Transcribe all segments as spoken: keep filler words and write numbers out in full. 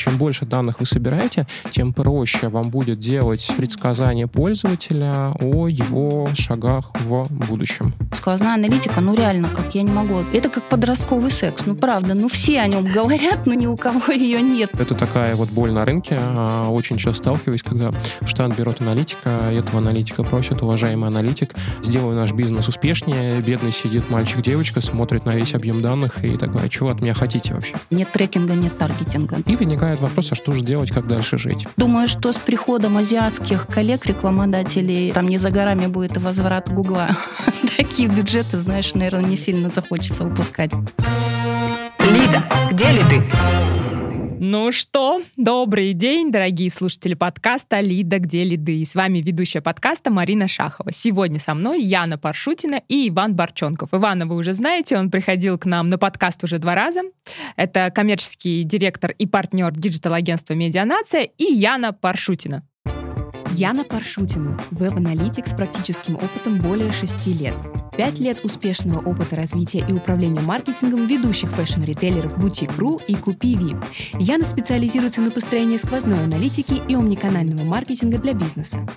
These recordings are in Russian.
чем больше данных вы собираете, тем проще вам будет делать предсказания пользователя о его шагах в будущем. Сквозная аналитика, ну реально, как я не могу. Это как подростковый секс, ну правда, ну все о нем говорят, но ни у кого ее нет. Это такая вот боль на рынке. Очень часто сталкиваюсь, когда в штат берут аналитика, этого аналитика просят: уважаемый аналитик, сделай наш бизнес успешнее. Бедный сидит мальчик-девочка, смотрит на весь объем данных и такой: а чего от меня хотите вообще? Нет трекинга, нет таргетинга. И возникает вопрос, а что же делать, как дальше жить? Думаю, что с приходом азиатских коллег-рекламодателей там не за горами будет и возврат Гугла. Такие бюджеты, знаешь, наверное, не сильно захочется выпускать. Лида, где ли ты? Ну что, добрый день, дорогие слушатели подкаста «Лида, где лиды». С вами ведущая подкаста Марина Шахова. Сегодня со мной Яна Паршутина и Иван Борченков. Ивана вы уже знаете, он приходил к нам на подкаст уже два раза. Это коммерческий директор и партнер диджитал-агентства «Медианация» и Яна Паршутина. Яна Паршутина, веб-аналитик с практическим опытом более шести лет. Пять лет успешного опыта развития и управления маркетингом ведущих фэшн-ритейлеров Boutique.ru и Купи.ви. Яна специализируется на построении сквозной аналитики и омниканального маркетинга для бизнеса.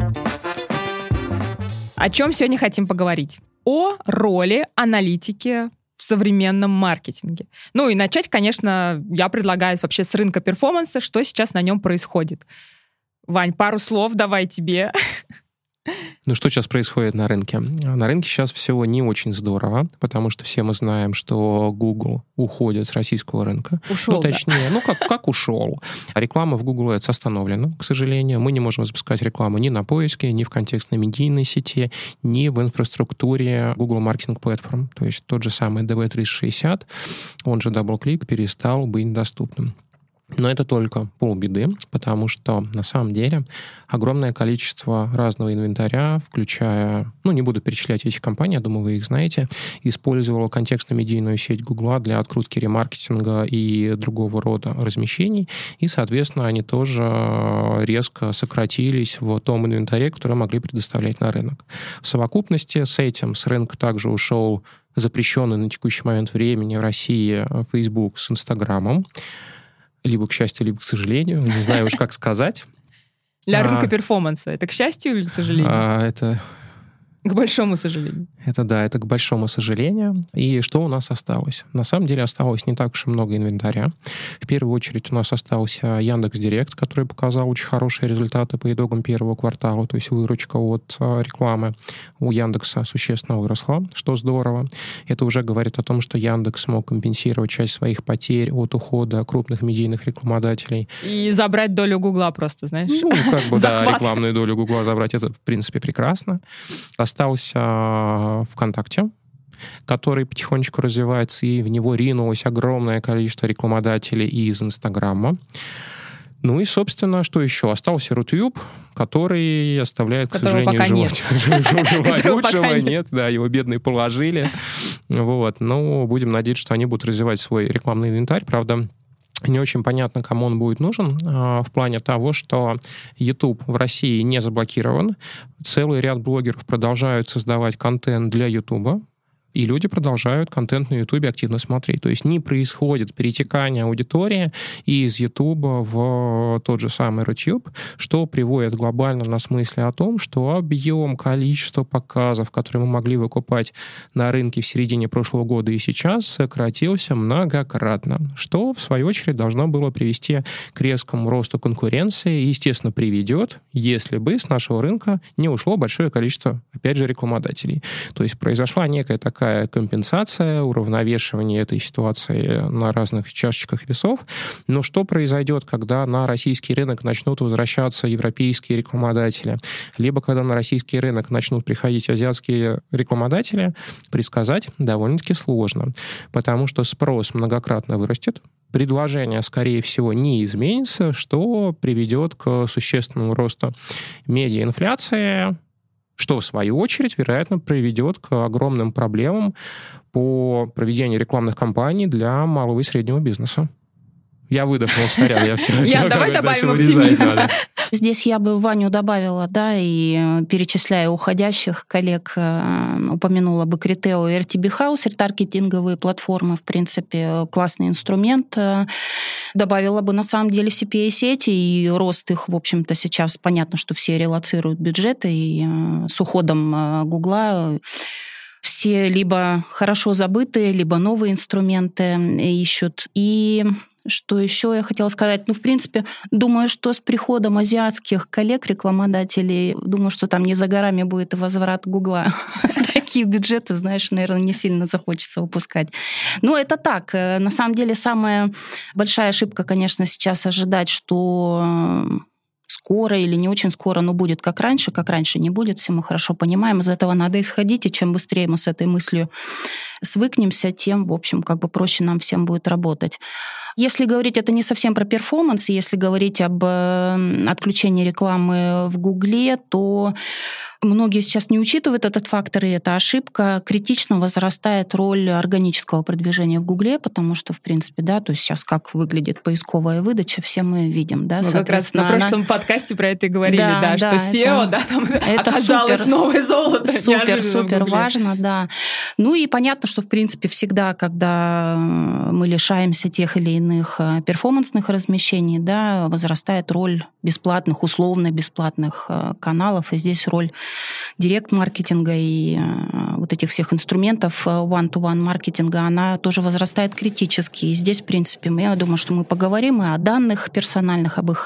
О чем сегодня хотим поговорить? О роли аналитики в современном маркетинге. Ну и начать, конечно, я предлагаю вообще с рынка перформанса, что сейчас на нем происходит. Вань, пару слов давай тебе. Ну, что сейчас происходит на рынке? На рынке сейчас все не очень здорово, потому что все мы знаем, что Google уходит с российского рынка. Ушел, ну, точнее, да. ну, как, как ушел. Реклама в Google Ads остановлена, к сожалению. Мы не можем запускать рекламу ни на поиске, ни в контекстной медийной сети, ни в инфраструктуре Google Marketing Platform. То есть тот же самый ди ви триста шестьдесят, он же DoubleClick, перестал быть доступным. Но это только полбеды, потому что на самом деле огромное количество разного инвентаря, включая, ну, не буду перечислять эти компании, я думаю, вы их знаете, использовала контекстно-медийную сеть Гугла для открутки ремаркетинга и другого рода размещений, и, соответственно, они тоже резко сократились в том инвентаре, который могли предоставлять на рынок. В совокупности с этим с рынка также ушел запрещенный на текущий момент времени в России Facebook с Инстаграмом. Либо к счастью, либо к сожалению. Не знаю уж, как сказать. Для а, рынка перформанса. Это к счастью или к сожалению? А, это... К большому сожалению. Это да, это к большому сожалению. И что у нас осталось? На самом деле осталось не так уж и много инвентаря. В первую очередь у нас остался Яндекс.Директ, который показал очень хорошие результаты по итогам первого квартала, то есть выручка от рекламы у Яндекса существенно выросла, что здорово. Это уже говорит о том, что Яндекс смог компенсировать часть своих потерь от ухода крупных медийных рекламодателей. И забрать долю Гугла просто, знаешь? Ну, как бы, да, рекламную долю Гугла забрать, это, в принципе, прекрасно. Остался ВКонтакте, который потихонечку развивается, и в него ринулось огромное количество рекламодателей из Инстаграма. Ну и, собственно, что еще? Остался Рутюб, который оставляет, к сожалению, желать лучшего. Нет, да, его бедные положили. Вот. Но будем надеяться, что они будут развивать свой рекламный инвентарь. Правда, не очень понятно, кому он будет нужен, в плане того, что YouTube в России не заблокирован. Целый ряд блогеров продолжают создавать контент для YouTube, и люди продолжают контент на YouTube активно смотреть. То есть не происходит перетекание аудитории из YouTube в тот же самый Рутюб, что приводит глобально на смысле о том, что объем, количество показов, которые мы могли выкупать на рынке в середине прошлого года и сейчас, сократился многократно, что, в свою очередь, должно было привести к резкому росту конкуренции и, естественно, приведет, если бы с нашего рынка не ушло большое количество, опять же, рекламодателей. То есть произошла некая такая компенсация, уравновешивание этой ситуации на разных чашечках весов. Но что произойдет, когда на российский рынок начнут возвращаться европейские рекламодатели, либо когда на российский рынок начнут приходить азиатские рекламодатели, предсказать довольно-таки сложно, потому что спрос многократно вырастет, предложение, скорее всего, не изменится, что приведет к существенному росту медиаинфляции, что, в свою очередь, вероятно, приведет к огромным проблемам по проведению рекламных кампаний для малого и среднего бизнеса. Я выдохнул, сорян, я все. Я давай добавим оптимизм. Здесь я бы Ваню добавила, да, и перечисляя уходящих коллег, упомянула бы Criteo и эр ти би House, ретаргетинговые платформы, в принципе, классный инструмент. Добавила бы, на самом деле, си пи эй-сети, и рост их, в общем-то, сейчас понятно, что все релоцируют бюджеты, и с уходом Гугла все либо хорошо забытые, либо новые инструменты ищут. И что еще я хотела сказать? Ну, в принципе, думаю, что с приходом азиатских коллег-рекламодателей, думаю, что там не за горами будет и возврат Гугла. Такие бюджеты, знаешь, наверное, не сильно захочется упускать. Но это так. На самом деле, самая большая ошибка, конечно, сейчас ожидать, что скоро или не очень скоро, но будет как раньше, как раньше не будет, все мы хорошо понимаем, из этого надо исходить, и чем быстрее мы с этой мыслью свыкнемся, тем, в общем, как бы проще нам всем будет работать. Если говорить, это не совсем про перформанс, если говорить об отключении рекламы в Гугле, то многие сейчас не учитывают этот фактор, и это ошибка. Критично возрастает роль органического продвижения в Гугле, потому что, в принципе, да, то есть сейчас как выглядит поисковая выдача, все мы видим, да. Мы как раз на прошлом она... подкасте про это и говорили, да, да, да что сео, это, да, там это оказалось супер, новое золото. Супер, супер важно, да. Ну и понятно, что, в принципе, всегда, когда мы лишаемся тех или иных перформансных размещений, да, возрастает роль бесплатных, условно бесплатных каналов, и здесь роль директ-маркетинга и вот этих всех инструментов one-to-one маркетинга, она тоже возрастает критически. И здесь, в принципе, я думаю, что мы поговорим и о данных персональных, об их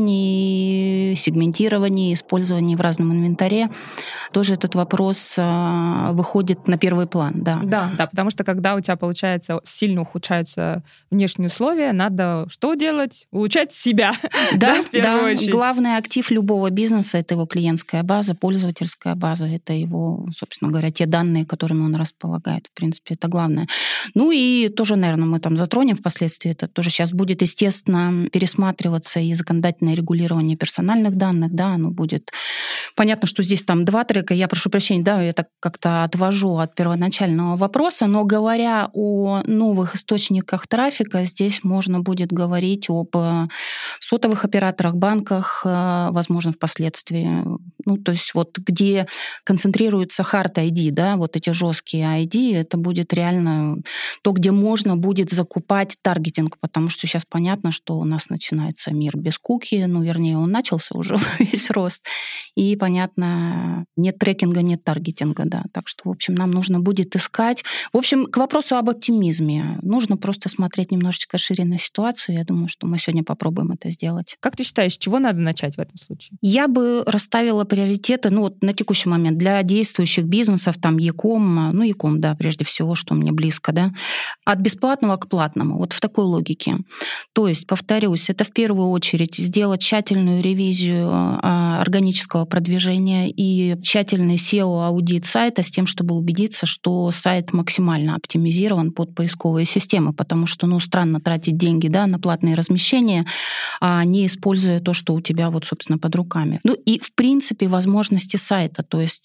хранении, сегментировании, использовании в разном инвентаре. Тоже этот вопрос выходит на первый план, да. Да, да, потому что когда у тебя, получается, сильно ухудшаются внешние условия, надо что делать? Улучшать себя. Да, да, в первую да. очередь. Главный актив любого бизнеса — это его клиентская база, пользовательская база, это его, собственно говоря, те данные, которыми он располагает. В принципе, это главное. Ну и тоже, наверное, мы там затронем впоследствии. Это тоже сейчас будет, естественно, пересматриваться и законодательное регулирование персональных данных, да, оно будет... Понятно, что здесь там два трека, я прошу прощения, да, я так как-то отвожу от первоначального вопроса, но говоря о новых источниках трафика, здесь можно будет говорить об сотовых операторах, банках, возможно, впоследствии. Ну, то есть вот где концентрируется hard ай ди, да, вот эти жесткие ай ди, это будет реально то, где можно будет закупать таргетинг, потому что сейчас понятно, что у нас начинается мир без куки, ну, вернее, он начался уже весь рост, и, понятно, нет трекинга, нет таргетинга, да, так что, в общем, нам нужно будет искать. В общем, к вопросу об оптимизме. Нужно просто смотреть немножечко шире на ситуацию, я думаю, что мы сегодня попробуем это сделать. Как ты считаешь, с чего надо начать в этом случае? Я бы расставила приоритеты, ну, вот на текущий момент для действующих бизнесов, там, e-com, ну, e-com, да, прежде всего, что мне близко, да, от бесплатного к платному, вот в такой логике. То есть, повторюсь, это в первую очередь сделать тщательную ревизию органического продвижения и тщательный сео-аудит сайта с тем, чтобы убедиться, что сайт максимально оптимизирован под поисковые системы, потому что, ну, странно тратить деньги, да, на платные размещения, а не используя то, что у тебя вот, собственно, под руками. Ну и, в принципе, возможности сайта, то есть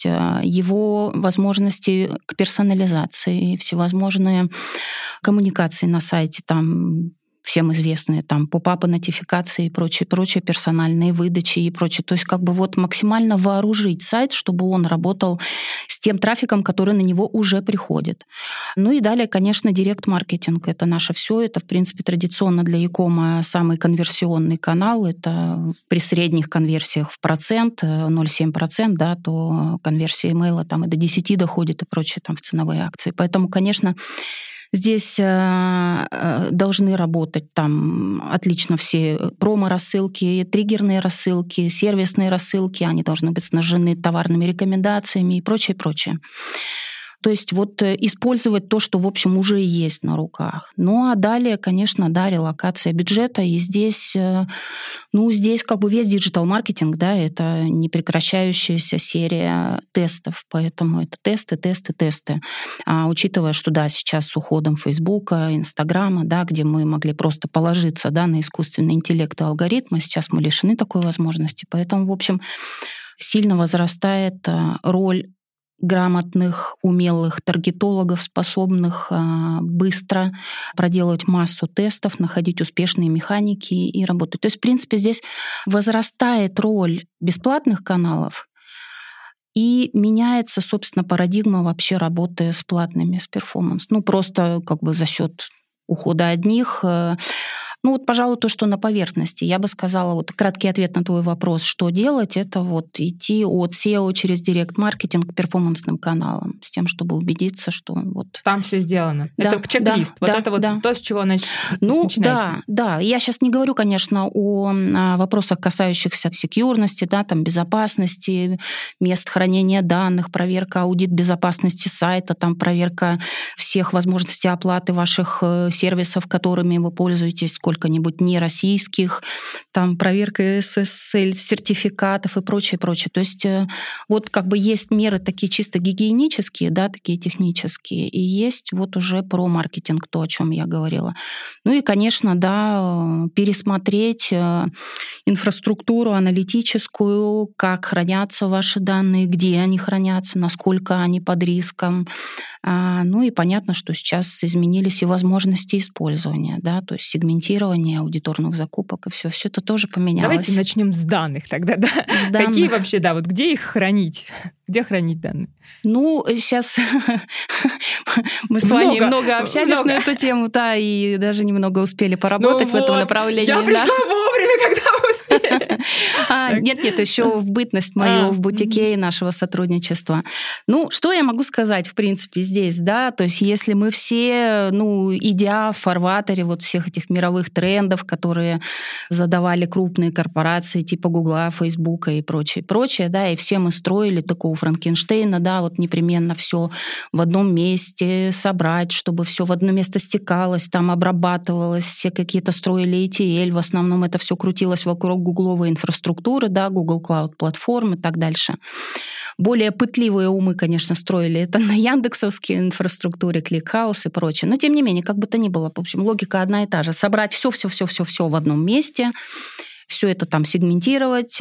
его возможности к персонализации, всевозможные коммуникации на сайте, там, всем известные, там, поп-апы, нотификации и прочие, прочие персональные выдачи и прочее. То есть как бы вот максимально вооружить сайт, чтобы он работал с тем трафиком, который на него уже приходит. Ну и далее, конечно, директ-маркетинг. Это наше все. Это, в принципе, традиционно для e-com самый конверсионный канал. Это при средних конверсиях в процент, ноль целых семь десятых процента, да, то конверсия имейла там и до десяти доходит и прочее там в ценовые акции. Поэтому, конечно, здесь э, должны работать там отлично все промо-рассылки, триггерные рассылки, сервисные рассылки, они должны быть снабжены товарными рекомендациями и прочее, прочее. То есть вот использовать то, что, в общем, уже есть на руках. Ну, а далее, конечно, да, релокация бюджета. И здесь, ну, здесь как бы весь диджитал-маркетинг, да, это непрекращающаяся серия тестов. Поэтому это тесты, тесты, тесты. А учитывая, что, да, сейчас с уходом Фейсбука, Инстаграма, да, где мы могли просто положиться, да, на искусственный интеллект и алгоритмы, сейчас мы лишены такой возможности. Поэтому, в общем, сильно возрастает роль грамотных, умелых таргетологов, способных а, быстро проделывать массу тестов, находить успешные механики и работать. То есть, в принципе, здесь возрастает роль бесплатных каналов и меняется, собственно, парадигма вообще работы с платными, с перформанс. Ну, просто как бы за счет ухода одних. Ну вот, пожалуй, то, что на поверхности. Я бы сказала, вот краткий ответ на твой вопрос, что делать, это вот идти от сео через директ-маркетинг к перформансным каналам, с тем, чтобы убедиться, что вот... Там все сделано. Да, это чек-лист. Да, вот да, это вот да. то, с чего нач... ну, начинается. Да, да. Я сейчас не говорю, конечно, о вопросах, касающихся секьюрности, да, там, безопасности, мест хранения данных, проверка, аудит безопасности сайта, там, проверка всех возможностей оплаты ваших сервисов, которыми вы пользуетесь, сколько-нибудь нероссийских, там проверка эс эс эль-сертификатов и прочее, прочее. То есть вот как бы есть меры такие чисто гигиенические, да, такие технические, и есть вот уже про маркетинг, то, о чем я говорила. Ну и, конечно, да, пересмотреть инфраструктуру аналитическую, как хранятся ваши данные, где они хранятся, насколько они под риском. Ну и понятно, что сейчас изменились и возможности использования, да, то есть сегментирование аудиторных закупок и все, все это тоже поменялось. Давайте начнем с данных тогда, да. С данных. Какие вообще, да, вот где их хранить? Где хранить данные? Ну, сейчас мы с Ваней много общались на эту тему, да, и даже немного успели поработать в этом направлении. Я пришла вовремя, когда вы успели. Нет, нет, еще в бытность мою в бутике и нашего сотрудничества. Ну, что я могу сказать, в принципе, здесь, да, то есть если мы все, ну, идя в фарватере вот всех этих мировых трендов, которые задавали крупные корпорации типа Гугла, Фейсбука и прочее, прочее, да, и все мы строили такого Франкенштейна, да, вот непременно все в одном месте собрать, чтобы все в одно место стекалось, там обрабатывалось, все какие-то строили и ти эль, в основном это все крутилось вокруг гугловой инфраструктуры, да, Google Cloud платформ и так дальше. Более пытливые умы, конечно, строили это на яндексовской инфраструктуре, ClickHouse и прочее. Но, тем не менее, как бы то ни было, в общем, логика одна и та же. Собрать все-все-все-все-все в одном месте, все это там сегментировать,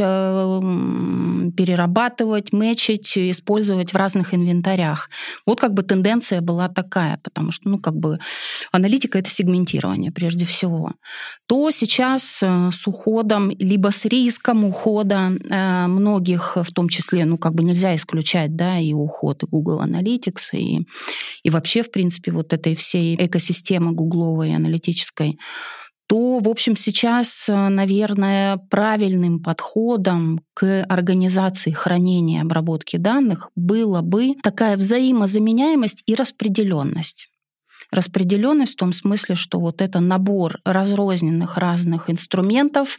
перерабатывать, мэчить, использовать в разных инвентарях. Вот как бы тенденция была такая, потому что, ну, как бы аналитика — это сегментирование прежде всего. То сейчас с уходом, либо с риском ухода многих, в том числе, ну, как бы нельзя исключать, да, и уход и Google Analytics, и, и вообще, в принципе, вот этой всей экосистемы гугловой аналитической, то, в общем, сейчас, наверное, правильным подходом к организации хранения и обработки данных было бы такая взаимозаменяемость и распределенность. Распределенность в том смысле, что вот это набор разрозненных разных инструментов,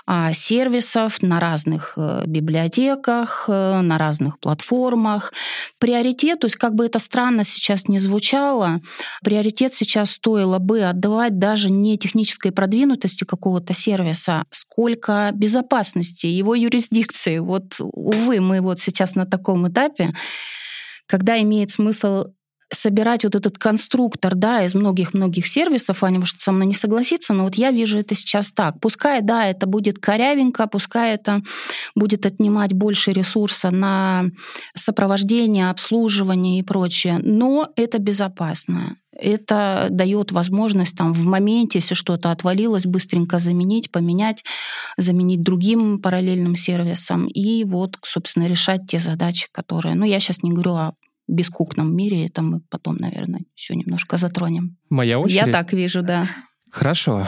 сервисов на разных библиотеках, на разных платформах. Приоритет, то есть как бы это странно сейчас не звучало, приоритет сейчас стоило бы отдавать даже не технической продвинутости какого-то сервиса, сколько безопасности его юрисдикции. Вот, увы, мы вот сейчас на таком этапе, когда имеет смысл собирать вот этот конструктор, да, из многих-многих сервисов. Аня может со мной не согласиться, но вот я вижу это сейчас так. Пускай, да, это будет корявенько, пускай это будет отнимать больше ресурса на сопровождение, обслуживание и прочее, но это безопасно. Это дает возможность там в моменте, если что-то отвалилось, быстренько заменить, поменять, заменить другим параллельным сервисом и вот, собственно, решать те задачи, которые... Ну, я сейчас не говорю о бескукном мире, это мы потом, наверное, еще немножко затронем. Моя очередь? Я так вижу, да. Хорошо.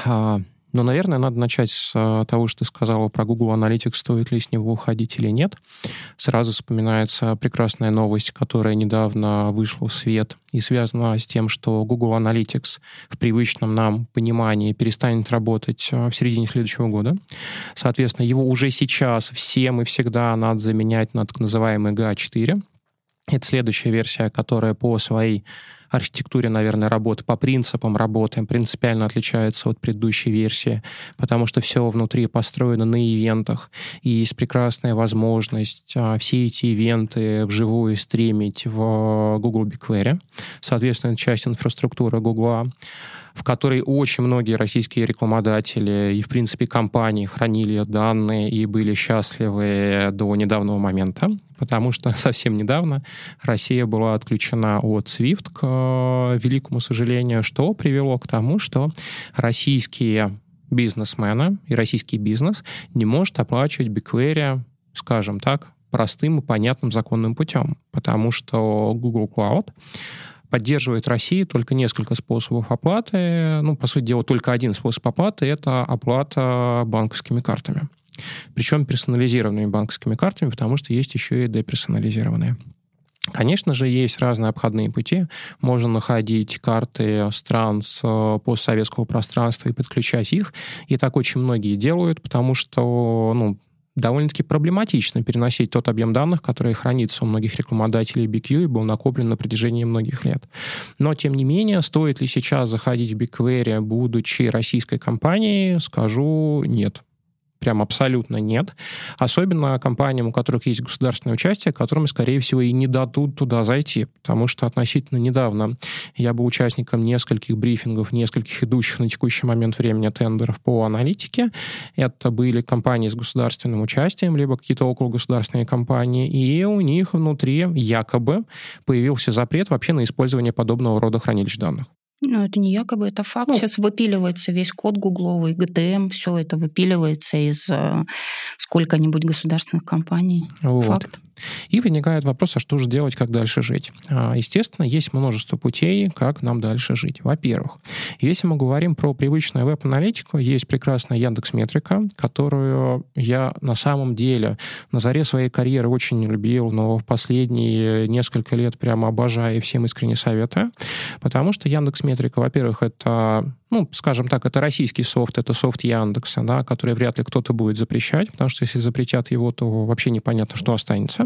Ну, наверное, надо начать с того, что ты сказала про Google Analytics, стоит ли с него уходить или нет. Сразу вспоминается прекрасная новость, которая недавно вышла в свет и связана с тем, что Google Analytics в привычном нам понимании перестанет работать в середине следующего года. Соответственно, его уже сейчас всем и всегда надо заменять на так называемый джи эй четыре. Это следующая версия, которая по своей архитектуре, наверное, работы, по принципам работы принципиально отличается от предыдущей версии, потому что все внутри построено на ивентах, и есть прекрасная возможность а, все эти ивенты вживую стримить в Google BigQuery. Соответственно, это часть инфраструктуры Google. в которой очень многие российские рекламодатели и, в принципе, компании хранили данные и были счастливы до недавнего момента, потому что совсем недавно Россия была отключена от свифт, к великому сожалению, что привело к тому, что российские бизнесмены и российский бизнес не может оплачивать BigQuery, скажем так, простым и понятным законным путем, потому что Google Cloud поддерживает в России только несколько способов оплаты. Ну, по сути дела, только один способ оплаты — это оплата банковскими картами. Причем персонализированными банковскими картами, потому что есть еще и деперсонализированные. Конечно же, есть разные обходные пути. Можно находить карты стран с постсоветского пространства и подключать их. И так очень многие делают, потому что, ну, довольно-таки проблематично переносить тот объем данных, который хранится у многих рекламодателей би кью и был накоплен на протяжении многих лет. Но, тем не менее, стоит ли сейчас заходить в BigQuery, будучи российской компанией, скажу нет. Прям абсолютно нет. Особенно компаниям, у которых есть государственное участие, которым, скорее всего, и не дадут туда зайти. Потому что относительно недавно я был участником нескольких брифингов, нескольких идущих на текущий момент времени тендеров по аналитике. Это были компании с государственным участием, либо какие-то окологосударственные компании. И у них внутри якобы появился запрет вообще на использование подобного рода хранилищ данных. Ну, это не якобы, это факт. Ну, сейчас выпиливается весь код гугловый, джи ти эм, все это выпиливается из э, сколько-нибудь государственных компаний. Вот. Факт. И возникает вопрос, а что же делать, как дальше жить? Естественно, есть множество путей, как нам дальше жить. Во-первых, если мы говорим про привычную веб-аналитику, есть прекрасная Яндекс.Метрика, которую я на самом деле на заре своей карьеры очень не любил, но в последние несколько лет прямо обожаю и всем искренне советую, потому что Яндекс.Метрика, во-первых, это, ну, скажем так, это российский софт, это софт Яндекса, да, который вряд ли кто-то будет запрещать, потому что если запретят его, то вообще непонятно, что останется.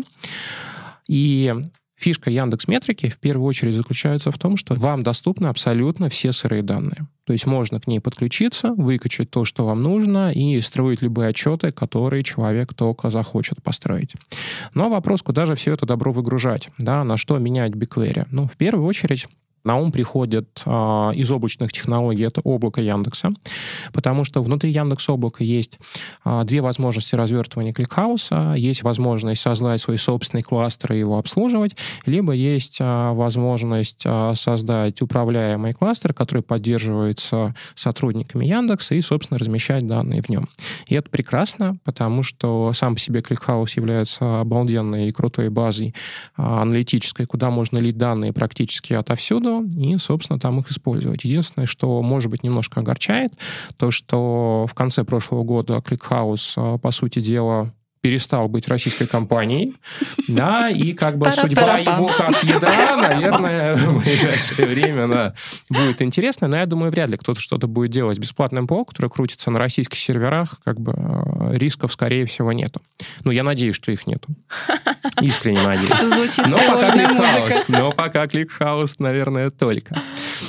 И фишка Яндекс.Метрики в первую очередь заключается в том, что вам доступны абсолютно все сырые данные. То есть можно к ней подключиться, выкачать то, что вам нужно, и строить любые отчеты, которые человек только захочет построить. Но вопрос, куда же все это добро выгружать? Да, на что менять BigQuery? Ну, в первую очередь, на ум приходит а, из облачных технологий это облако Яндекса, потому что внутри Яндекс.Облака есть а, две возможности развертывания кликхауса, есть возможность создать свой собственный кластер и его обслуживать, либо есть а, возможность а, создать управляемый кластер, который поддерживается сотрудниками Яндекса и, собственно, размещать данные в нем. И это прекрасно, потому что сам по себе кликхаус является обалденной и крутой базой а, аналитической, куда можно лить данные практически отовсюду, и, собственно, там их использовать. Единственное, что, может быть, немножко огорчает, то, что в конце прошлого года ClickHouse, по сути дела, перестал быть российской компанией, да, и как бы судьба его как ядра, наверное, в ближайшее время, да, будет интересно, но я думаю, вряд ли кто-то что-то будет делать с бесплатным ПО, который крутится на российских серверах, как бы рисков, скорее всего, нету. Ну, я надеюсь, что их нету. Искренне надеюсь. Звучит но пока ClickHouse, но пока ClickHouse, наверное, только.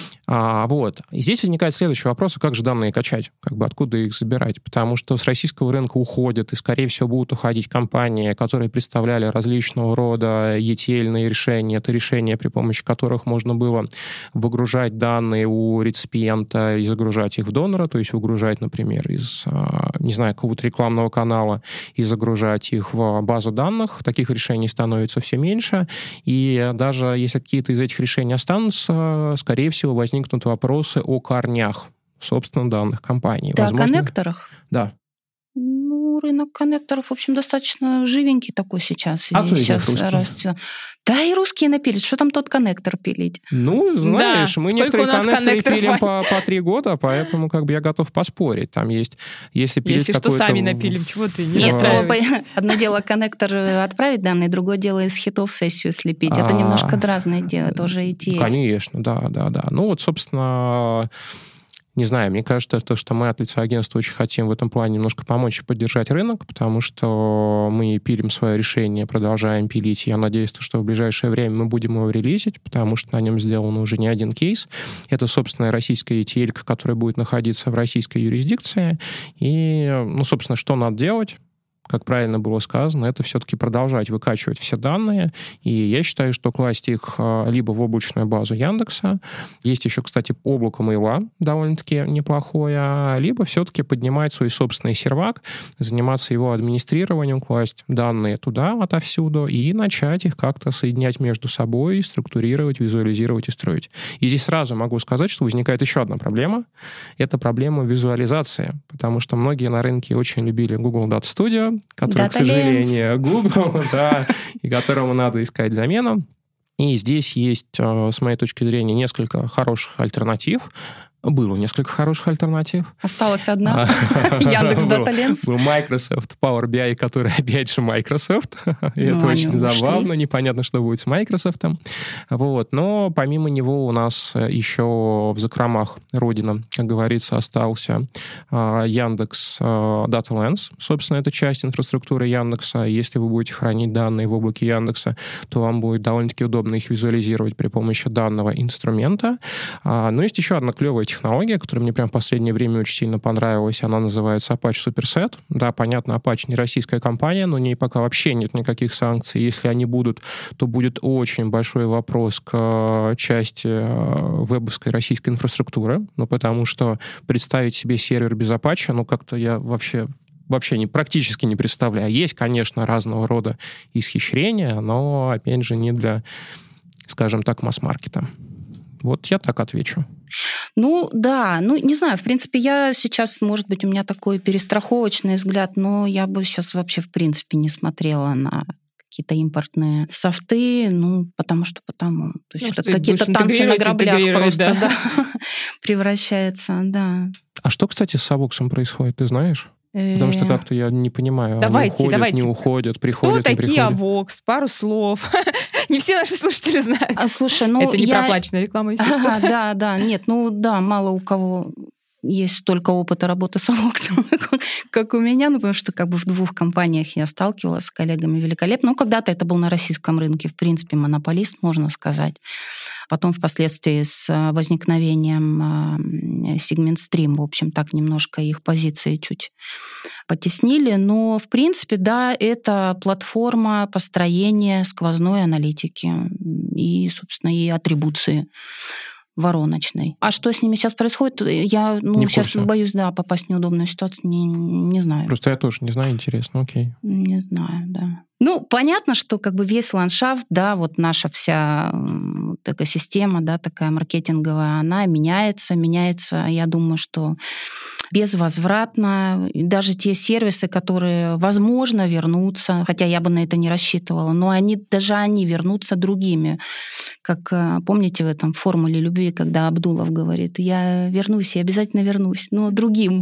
А, вот. И здесь возникает следующий вопрос, а как же данные качать? Как бы откуда их забирать? Потому что с российского рынка уходят, и, скорее всего, будут уходить компании, которые представляли различного рода и ти эль-ные решения. Это решения, при помощи которых можно было выгружать данные у реципиента и загружать их в донора, то есть выгружать, например, из, не знаю, какого-то рекламного канала и загружать их в базу данных. Таких решений становится все меньше. И даже если какие-то из этих решений останутся, скорее всего, возникнут возникнут вопросы о корнях, собственно, данных компаний. Да, возможно, о коннекторах? Да. Ну, рынок коннекторов, в общем, достаточно живенький такой сейчас. А и сейчас растет. Да, и русские напились. Что там тот коннектор пилить? Ну, знаешь, да. мы Сколько некоторые коннекторы пилим по, по три года, поэтому как бы я готов поспорить. Там есть, если пилить если что, сами напилим, чего ты не Нет, одно дело коннектор отправить данные, другое дело из хитов сессию слепить. Это немножко разное дело, тоже и те. Конечно, да, да, да. Ну вот, собственно... Не знаю, мне кажется, то, что мы от лица агентства очень хотим в этом плане немножко помочь и поддержать рынок, потому что мы пилим свое решение, продолжаем пилить. Я надеюсь, что в ближайшее время мы будем его релизить, потому что на нем сделан уже не один кейс. Это, собственно, российская и ти эль, которая будет находиться в российской юрисдикции. И, ну, собственно, что надо делать? как правильно было сказано, это все-таки продолжать выкачивать все данные. И я считаю, что класть их либо в облачную базу Яндекса, есть еще, кстати, облако Мейла, довольно-таки неплохое, либо все-таки поднимать свой собственный сервак, заниматься его администрированием, класть данные туда отовсюду и начать их как-то соединять между собой, структурировать, визуализировать и строить. И здесь сразу могу сказать, что возникает еще одна проблема. Это проблема визуализации, потому что многие на рынке очень любили Google Data Studio, который, Data к сожалению, Google, да, и которому надо искать замену. И здесь есть, с моей точки зрения, несколько хороших альтернатив. Было несколько хороших альтернатив. Осталась одна. Яндекс Data Lens. Был Microsoft Power би ай, который опять же Microsoft. И это очень забавно. Непонятно, что будет с Microsoft. Вот. Но помимо него у нас еще в закромах родина, как говорится, остался Яндекс Data Lens. Собственно, это часть инфраструктуры Яндекса. Если вы будете хранить данные в облаке Яндекса, то вам будет довольно-таки удобно их визуализировать при помощи данного инструмента. Но есть еще одна клевая технология, которая мне прям в последнее время очень сильно понравилась. Она называется Apache Superset. Да, понятно, Apache не российская компания, но у ней пока вообще нет никаких санкций. Если они будут, то будет очень большой вопрос к части вебовской российской инфраструктуры. Ну, потому что представить себе сервер без Apache, ну, как-то я вообще... вообще не, практически не представляю. Есть, конечно, разного рода исхищрения, но, опять же, не для, скажем так, масс-маркета. Вот я так отвечу. Ну, да, ну, не знаю, в принципе, я сейчас, может быть, у меня такой перестраховочный взгляд, но я бы сейчас вообще, в принципе, не смотрела на какие-то импортные софты, ну, потому что потому. То есть ну, это какие-то танцы на граблях просто да. Да, превращается, да. А что, кстати, с Avox'ом происходит, ты знаешь? Потому что как-то я не понимаю, давайте, уходят, давайте. не уходят, приходят, Кто не такие приходят. Avox? Пару слов. Не все наши слушатели знают. А, слушай, ну, это не я... проплаченная реклама, если ага, что. Да, да, нет, ну да, мало у кого есть столько опыта работы с Avox'ом, как у меня, ну, потому что как бы в двух компаниях я сталкивалась с коллегами великолепно. Ну, когда-то это был на российском рынке, в принципе, монополист, можно сказать. Потом впоследствии с возникновением Segment Stream, в общем, так немножко их позиции чуть потеснили. Но, в принципе, да, это платформа построения сквозной аналитики и, собственно, и атрибуции вороночной. А что с ними сейчас происходит, я ну, сейчас боюсь, да, попасть в неудобную ситуацию, не, не знаю. Просто я тоже не знаю, интересно, окей. Не знаю, да. Ну, понятно, что как бы весь ландшафт, да, вот наша вся вот, экосистема, да, такая маркетинговая, она меняется, меняется, я думаю, что безвозвратно. И даже те сервисы, которые, возможно, вернутся, хотя я бы на это не рассчитывала, но они, даже они вернутся другими. Как, помните, в этом «Формуле любви», когда Абдулов говорит, я вернусь, я обязательно вернусь, но другим.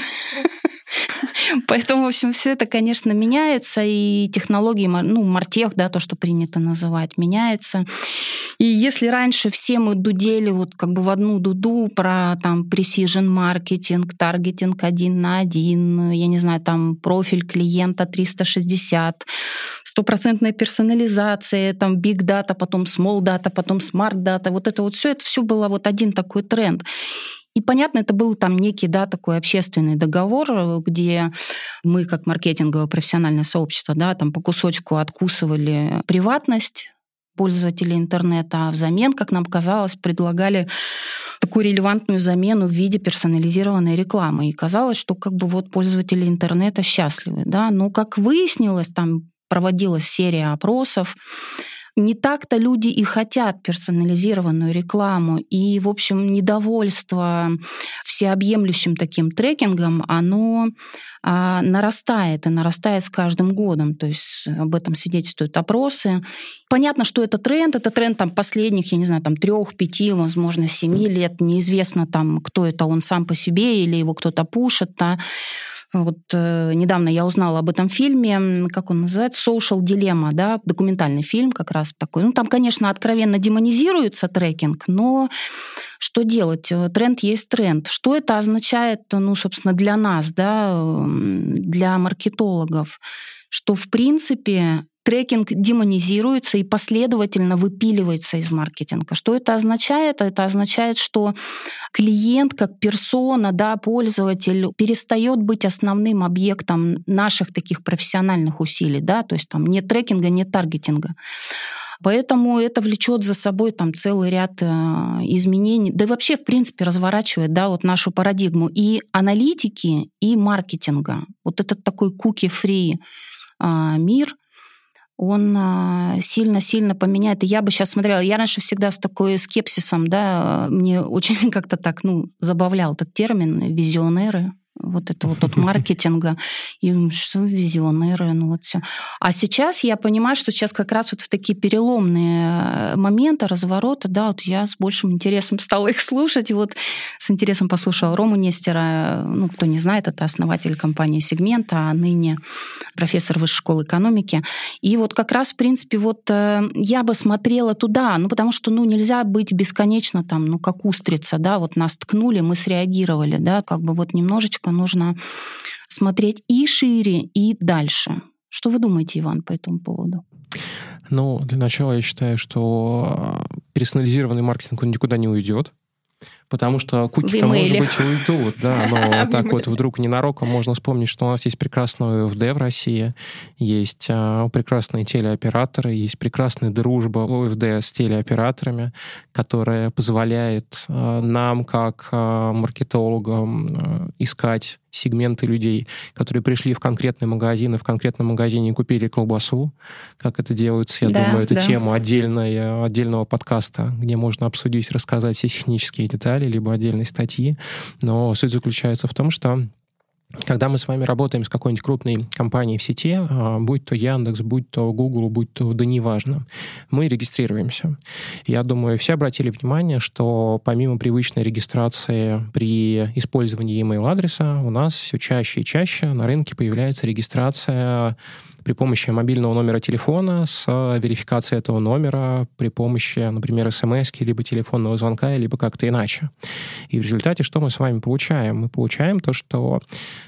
Поэтому, в общем, все это, конечно, меняется, и технологии, ну, мартех, да, то, что принято называть, меняется. И если раньше все мы дудели вот как бы в одну дуду про там precision маркетинг, таргетинг один на один, я не знаю, там профиль клиента триста шестьдесят, стопроцентная персонализация, там big data, потом small data, потом smart data, вот это вот все, это все было вот один такой тренд. И, понятно, это был там некий, да, такой общественный договор, где мы, как маркетинговое профессиональное сообщество, да, там по кусочку откусывали приватность пользователей интернета, а взамен, как нам казалось, предлагали такую релевантную замену в виде персонализированной рекламы. И казалось, что как бы вот пользователи интернета счастливы, да. Но, как выяснилось, там проводилась серия опросов, не так-то люди и хотят персонализированную рекламу. И, в общем, недовольство всеобъемлющим таким трекингом, оно а, нарастает, и нарастает с каждым годом. То есть об этом свидетельствуют опросы. Понятно, что это тренд. Это тренд там, последних, я не знаю, там, трех, пяти, возможно, семи лет. Неизвестно, там, кто это, он сам по себе или его кто-то пушит. Да. Вот э, недавно я узнала об этом фильме, как он называется, «Social Dilemma», да, документальный фильм как раз такой. Ну, там, конечно, откровенно демонизируется трекинг, но что делать? Тренд есть тренд. Что это означает, ну, собственно, для нас, да, для маркетологов? Что, в принципе, трекинг демонизируется и последовательно выпиливается из маркетинга. Что это означает? Это означает, что клиент как персона, да, пользователь перестает быть основным объектом наших таких профессиональных усилий, да, то есть там нет трекинга, нет таргетинга. Поэтому это влечет за собой там целый ряд э, изменений, да и вообще, в принципе, разворачивает, да, вот нашу парадигму и аналитики, и маркетинга. Вот этот такой cookie-free э, мир, он э, сильно-сильно поменяет. И я бы сейчас смотрела, я раньше всегда с такой скепсисом, да, мне очень как-то так, ну, забавлял этот термин «визионеры». Вот это вот от маркетинга. И что визионеры, ну вот все. А сейчас я понимаю, что сейчас как раз вот в такие переломные моменты, развороты, да, вот я с большим интересом стала их слушать. И вот с интересом послушала Рому Нестера. Ну, кто не знает, это основатель компании «Сегмента», а ныне профессор Высшей школы экономики. И вот как раз, в принципе, вот я бы смотрела туда, ну, потому что, ну, нельзя быть бесконечно там, ну, как устрица, да, вот нас ткнули, мы среагировали, да, как бы вот немножечко нужно смотреть и шире, и дальше. Что вы думаете, Иван, по этому поводу? Ну, для начала я считаю, что персонализированный маркетинг, он никуда не уйдет. Потому что куки-то, может быть, уйдут, да, но так вот вдруг ненароком можно вспомнить, что у нас есть прекрасный ОФД в России, есть а, прекрасные телеоператоры, есть прекрасная дружба ОФД с телеоператорами, которая позволяет а, нам, как а, маркетологам, а, искать сегменты людей, которые пришли в конкретный магазин и в конкретном магазине купили колбасу, как это делается, я да, думаю, это да. тема отдельная, отдельного подкаста, где можно обсудить, рассказать все технические детали, либо отдельной статьи. Но суть заключается в том, что когда мы с вами работаем с какой-нибудь крупной компанией в сети, будь то Яндекс, будь то Google, будь то, да неважно, мы регистрируемся. Я думаю, все обратили внимание, что помимо привычной регистрации при использовании email-адреса, у нас все чаще и чаще на рынке появляется регистрация при помощи мобильного номера телефона с верификацией этого номера при помощи, например, смс-ки, либо телефонного звонка, либо как-то иначе. И в результате что мы с вами получаем? Мы получаем то, что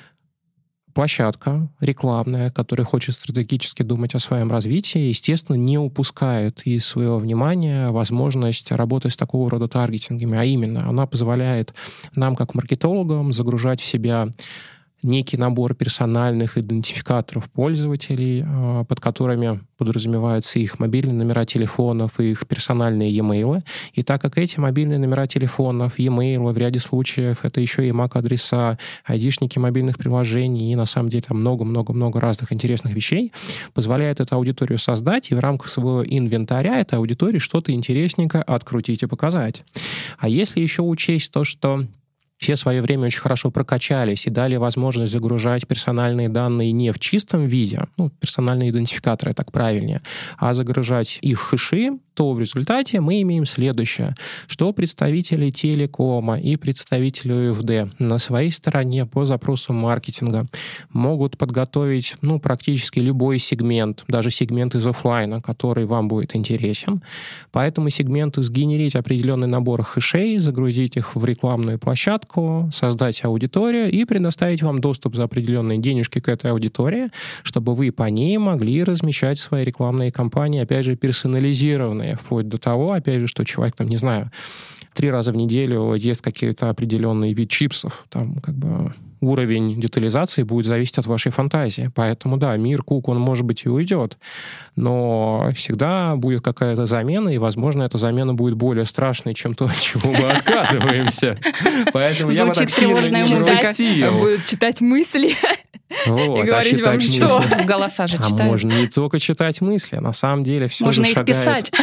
площадка рекламная, которая хочет стратегически думать о своем развитии, естественно, не упускает из своего внимания возможность работы с такого рода таргетингами, а именно она позволяет нам, как маркетологам, загружать в себя некий набор персональных идентификаторов пользователей, под которыми подразумеваются их мобильные номера телефонов и их персональные e-mail. И так как эти мобильные номера телефонов, e-mail, в ряде случаев это еще и мак-адреса, айдишники мобильных приложений и на самом деле там много-много-много разных интересных вещей, позволяет эту аудиторию создать и в рамках своего инвентаря этой аудитории что-то интересненькое открутить и показать. А если еще учесть то, что все в свое время очень хорошо прокачались и дали возможность загружать персональные данные не в чистом виде, ну, персональные идентификаторы, так правильнее, а загружать их хэши, то в результате мы имеем следующее, что представители телекома и представители ОФД на своей стороне по запросу маркетинга могут подготовить, ну, практически любой сегмент, даже сегмент из офлайна, который вам будет интересен. По этому сегменту сгенерить определенный набор хэшей, загрузить их в рекламную площадку, создать аудиторию и предоставить вам доступ за определенные денежки к этой аудитории, чтобы вы по ней могли размещать свои рекламные кампании, опять же, персонализированные, вплоть до того, опять же, что человек, там, не знаю, три раза в неделю ест какой-то определенный вид чипсов, там, как бы уровень детализации будет зависеть от вашей фантазии. Поэтому, да, мир кук, он, может быть, и уйдет, но всегда будет какая-то замена, и, возможно, эта замена будет более страшной, чем то, от чего мы отказываемся. Поэтому я бы так сильно не грустил. Будет читать мысли. Вот, и говорить а вам, что? Голоса же читают. А можно не только читать мысли, на самом деле все можно же их шагает. Писать.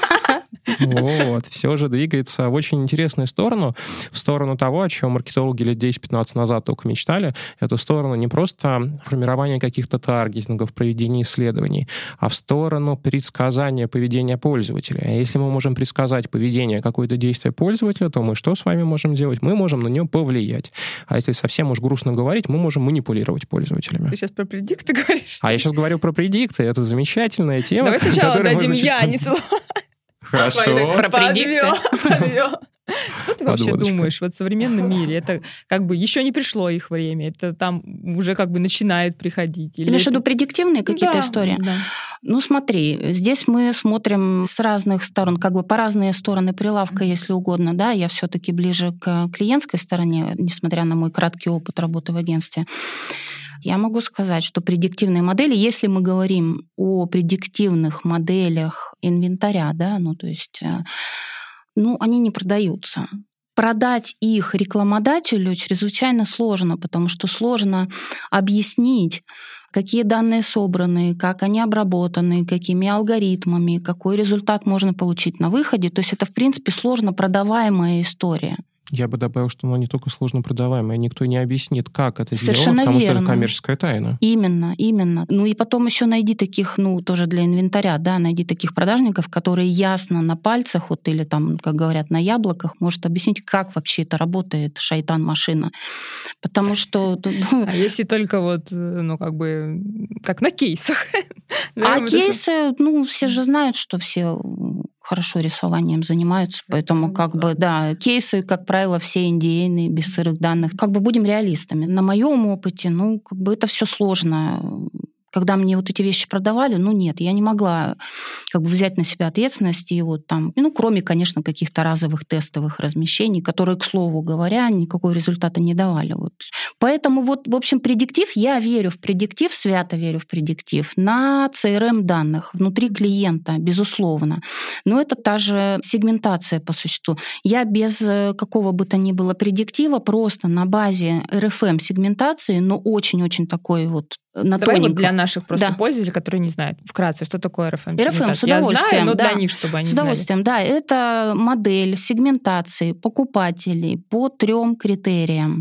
Вот, все же двигается в очень интересную сторону, в сторону того, о чем маркетологи лет десять-пятнадцать назад только мечтали. Это в сторону не просто формирования каких-то таргетингов, проведения исследований, а в сторону предсказания поведения пользователя. А если мы можем предсказать поведение, какое-то действие пользователя, то мы что с вами можем делать? Мы можем на него повлиять. А если совсем уж грустно говорить, мы можем манипулировать пользователями. Ты сейчас про предикты говоришь? А я сейчас говорю про предикты. Это замечательная тема. Давай сначала дадим я, не слово. Хорошо. Про предикты. Что ты вообще Подводочка. думаешь вот в современном мире? Это как бы еще не пришло их время, это там уже как бы начинает приходить. Или Имеешь в это... виду предиктивные какие-то Да, истории? да. Ну, смотри, здесь мы смотрим с разных сторон, как бы по разные стороны прилавка, если угодно, да, я все-таки ближе к клиентской стороне, несмотря на мой краткий опыт работы в агентстве. Я могу сказать, что предиктивные модели, если мы говорим о предиктивных моделях инвентаря, да, ну, то есть, ну, они не продаются. Продать их рекламодателю чрезвычайно сложно, потому что сложно объяснить, какие данные собраны, как они обработаны, какими алгоритмами, какой результат можно получить на выходе. То есть это, в принципе, сложно продаваемая история. Я бы добавил, что оно не только сложно продаваемое, никто не объяснит, как это Совершенно сделано, потому верно. что это коммерческая тайна. Именно, именно. Ну и потом еще найди таких, ну тоже для инвентаря, да, найди таких продажников, которые ясно на пальцах, вот или там, как говорят, на яблоках, может объяснить, как вообще это работает, шайтан-машина. Потому что... А если только вот, ну как бы, как на кейсах. А кейсы, ну все же знают, что все... хорошо рисованием занимаются, поэтому как бы, да, кейсы, как правило, все эн ди эй-ные, без сырых данных. Как бы будем реалистами. На моем опыте, ну, как бы это все сложно. Когда мне вот эти вещи продавали, ну нет, я не могла как бы взять на себя ответственность и вот там, ну, кроме, конечно, каких-то разовых тестовых размещений, которые, к слову говоря, никакого результата не давали. Вот. Поэтому вот, в общем, предиктив, я верю в предиктив, свято верю в предиктив на си ар эм-данных внутри клиента, безусловно. Но это та же сегментация по существу. Я без какого бы то ни было предиктива просто на базе эр эф эм-сегментации, но очень-очень такой вот на Давай тоненьком. вот для наших просто Да. пользователей, которые не знают, вкратце, что такое эр эф эм. эр эф эм, с Я удовольствием, знаю, но да. для них, чтобы они С удовольствием, да. Это модель сегментации покупателей по трем критериям.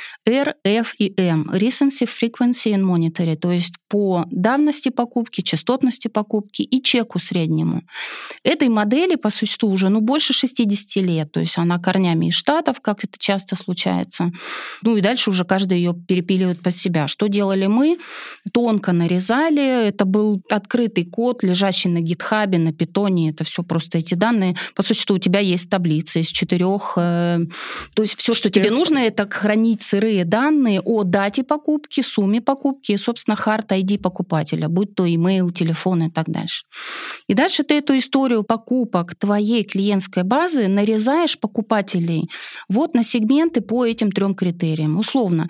R, F и M. Recency, Frequency and Monetary. То есть по давности покупки, частотности покупки и чеку среднему. Этой модели, по существу, уже ну, больше шестьдесят лет. То есть она корнями из Штатов, как это часто случается. Ну и дальше уже каждый ее перепиливает под себя. Что делали мы? Тонко нарезали. Это был открытый код, лежащий на гитхабе, на питоне. Это все просто эти данные. По существу у тебя есть таблица из четырех. Э, то есть все, что тебе нужно, это хранить сырые данные о дате покупки, сумме покупки и, собственно, хард ай ди покупателя, будь то имейл, телефон и так дальше. И дальше ты эту историю покупок твоей клиентской базы нарезаешь покупателей вот на сегменты по этим трем критериям, условно.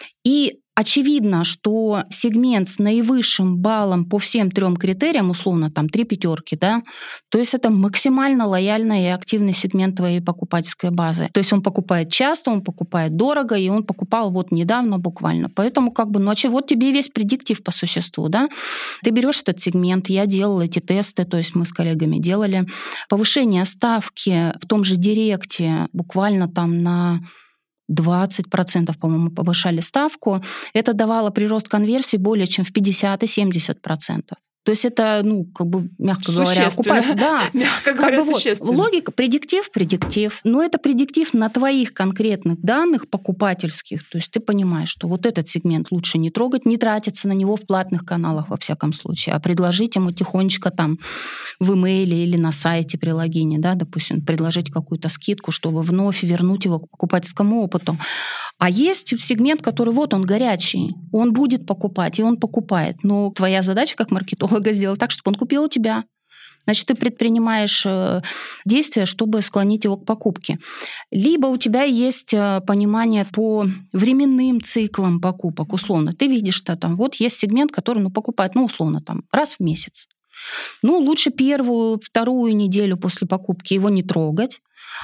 И очевидно, что сегмент с наивысшим баллом по всем трем критериям, условно, там три пятерки, да, то есть это максимально лояльный и активный сегмент твоей покупательской базы. То есть он покупает часто, он покупает дорого, и он покупал вот недавно буквально. Поэтому как бы, ну, а вот тебе весь предиктив по существу, да. Ты берешь этот сегмент, я делала эти тесты, то есть мы с коллегами делали повышение ставки в том же Директе буквально там на двадцать процентов, по-моему, повышали ставку. Это давало прирост конверсии более чем в пятьдесят-семьдесят процентов. То есть это, ну, как бы, мягко говоря, окупать. Да, мягко говоря, как бы существенно. Вот, логика, предиктив, предиктив. Но это предиктив на твоих конкретных данных покупательских. То есть ты понимаешь, что вот этот сегмент лучше не трогать, не тратиться на него в платных каналах, во всяком случае, а предложить ему тихонечко там в имейле или на сайте при логине, да, допустим, предложить какую-то скидку, чтобы вновь вернуть его к покупательскому опыту. А есть сегмент, который вот он горячий, он будет покупать, и он покупает. Но твоя задача как маркетолога сделать так, чтобы он купил у тебя. Значит, ты предпринимаешь действия, чтобы склонить его к покупке. Либо у тебя есть понимание по временным циклам покупок, условно. Ты видишь, что там вот есть сегмент, который ну, покупает, ну, условно, там, раз в месяц. Ну, лучше первую, вторую неделю после покупки его не трогать,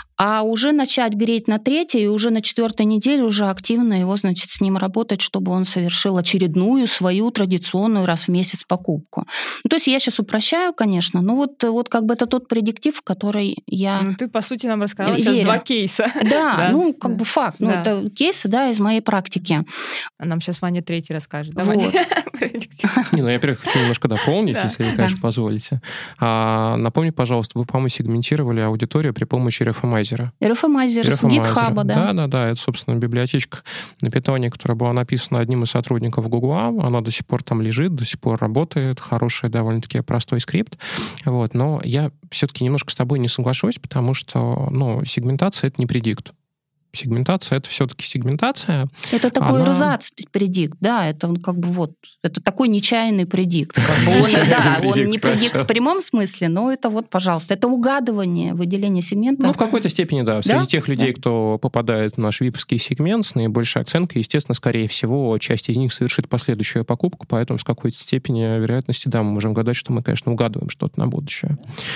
а уже начать греть на третьей, и уже на четвертой неделе уже активно его, значит, с ним работать, чтобы он совершил очередную свою традиционную раз в месяц покупку. Ну, то есть я сейчас упрощаю, конечно, но вот, вот как бы это тот предиктив, в который я Ну, ты, по сути, нам рассказала верю. сейчас два кейса. Да, Да, ну, как да. бы факт. Ну, Да. это кейсы, да, из моей практики. А нам сейчас Ваня третий расскажет. Давай. Вот. Не, ну я, во-первых, хочу немножко дополнить, если вы, конечно, позволите. Напомни, пожалуйста, вы, по-моему, сегментировали аудиторию при помощи RFMizer. RFMizer с GitHub, да. Да-да-да, это, собственно, библиотечка на питоне, которая была написана одним из сотрудников Гугла. Она до сих пор там лежит, до сих пор работает. Хороший, довольно-таки простой скрипт. Вот. Но я все-таки немножко с тобой не соглашусь, потому что, ну, сегментация — это не предикт. Сегментация — это все-таки сегментация. Это такой Она... эрзац-предикт, да, это как бы вот, это такой нечаянный предикт. Как бы он, да, он не предикт в прямом смысле, но это вот, пожалуйста, это угадывание, выделение сегмента. Ну, в какой-то степени, да. Среди да? тех людей, да. кто попадает в наш виповский сегмент с наибольшей оценкой, естественно, скорее всего, часть из них совершит последующую покупку, поэтому с какой-то степени вероятности, да, мы можем гадать, что мы, конечно, угадываем что-то на будущее.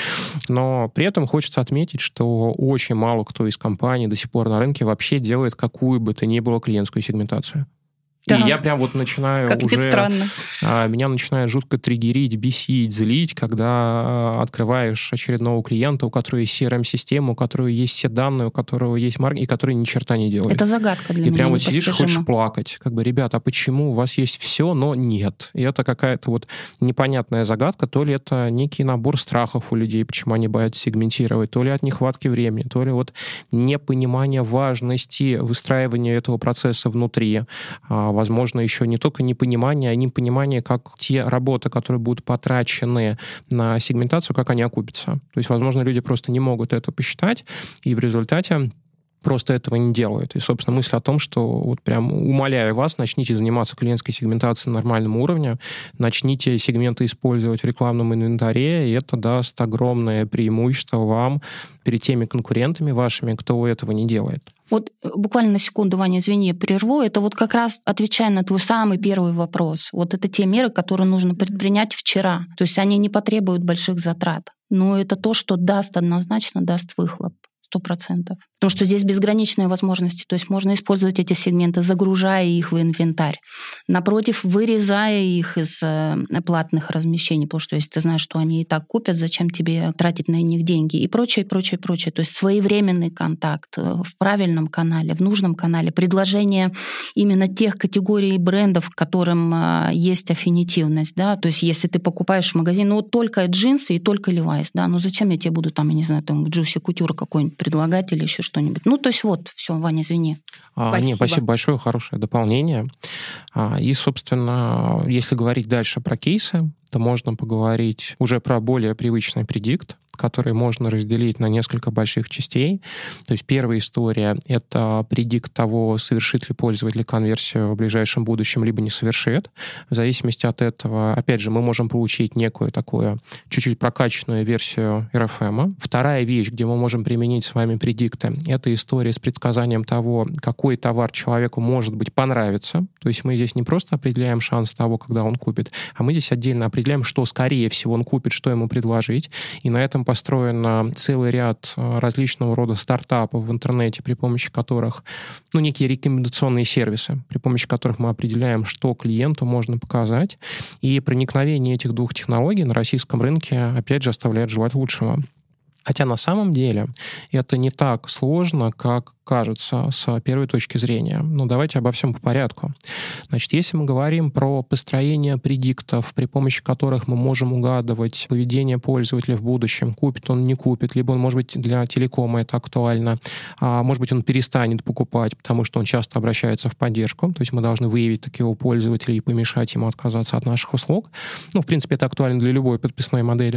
Но при этом хочется отметить, что очень мало кто из компаний до сих пор на рынке вообще делает какую бы то ни было клиентскую сегментацию. Да. И я прям вот начинаю как уже... странно. Меня начинает жутко триггерить, бесить, злить, когда открываешь очередного клиента, у которого есть си эр эм-система, у которого есть все данные, у которого есть маркетинг, и который ни черта не делает. Это загадка для и меня. И прям вот сидишь и хочешь плакать. Как бы, ребята, а почему у вас есть все, но нет? И это какая-то вот непонятная загадка. То ли это некий набор страхов у людей, почему они боятся сегментировать, то ли от нехватки времени, то ли вот непонимание важности выстраивания этого процесса внутри. Возможно, еще не только непонимание, а непонимание, как те работы, которые будут потрачены на сегментацию, как они окупятся. То есть, возможно, люди просто не могут это посчитать, и в результате просто этого не делают. И, собственно, мысль о том, что вот прям умоляю вас, начните заниматься клиентской сегментацией на нормальном уровне, начните сегменты использовать в рекламном инвентаре, и это даст огромное преимущество вам перед теми конкурентами вашими, кто этого не делает. Вот буквально на секунду, Ваня, извини, я прерву. Это вот как раз отвечая на твой самый первый вопрос. Вот это те меры, которые нужно предпринять вчера. То есть они не потребуют больших затрат. Но это то, что даст однозначно, даст выхлоп. Сто процентов. Потому что здесь безграничные возможности. То есть можно использовать эти сегменты, загружая их в инвентарь. Напротив, вырезая их из платных размещений. Потому что если ты знаешь, что они и так купят, зачем тебе тратить на них деньги? И прочее, прочее, прочее. То есть своевременный контакт в правильном канале, в нужном канале. Предложение именно тех категорий брендов, к которым есть аффинитивность. Да? То есть если ты покупаешь в магазине, ну вот только джинсы и только Levi's. Да? Ну зачем я тебе буду там, я не знаю, там в Juicy Couture какой-нибудь предлагать или еще что-нибудь. Ну, то есть вот, все, Ваня, извини. А, спасибо. Не, спасибо большое, хорошее дополнение. А, и, собственно, если говорить дальше про кейсы, то можно поговорить уже про более привычный предикт, который можно разделить на несколько больших частей. То есть первая история — это предикт того, совершит ли пользователь конверсию в ближайшем будущем, либо не совершит. В зависимости от этого, опять же, мы можем получить некую такую чуть-чуть прокачанную версию эр эф эм. Вторая вещь, где мы можем применить с вами предикты, это история с предсказанием того, какой товар человеку, может быть, понравится. То есть мы здесь не просто определяем шанс того, когда он купит, а мы здесь отдельно определяем, что, скорее всего, он купит, что ему предложить. И на этом построен целый ряд различного рода стартапов в интернете, при помощи которых, ну, некие рекомендационные сервисы, при помощи которых мы определяем, что клиенту можно показать. И проникновение этих двух технологий на российском рынке, опять же, оставляет желать лучшего. Хотя на самом деле это не так сложно, как кажется с первой точки зрения. Ну, давайте обо всем по порядку. Значит, если мы говорим про построение предиктов, при помощи которых мы можем угадывать поведение пользователя в будущем, купит он, не купит, либо он, может быть, для телекома это актуально, а может быть, он перестанет покупать, потому что он часто обращается в поддержку, то есть мы должны выявить такого пользователя и помешать ему отказаться от наших услуг. Ну, в принципе, это актуально для любой подписной модели.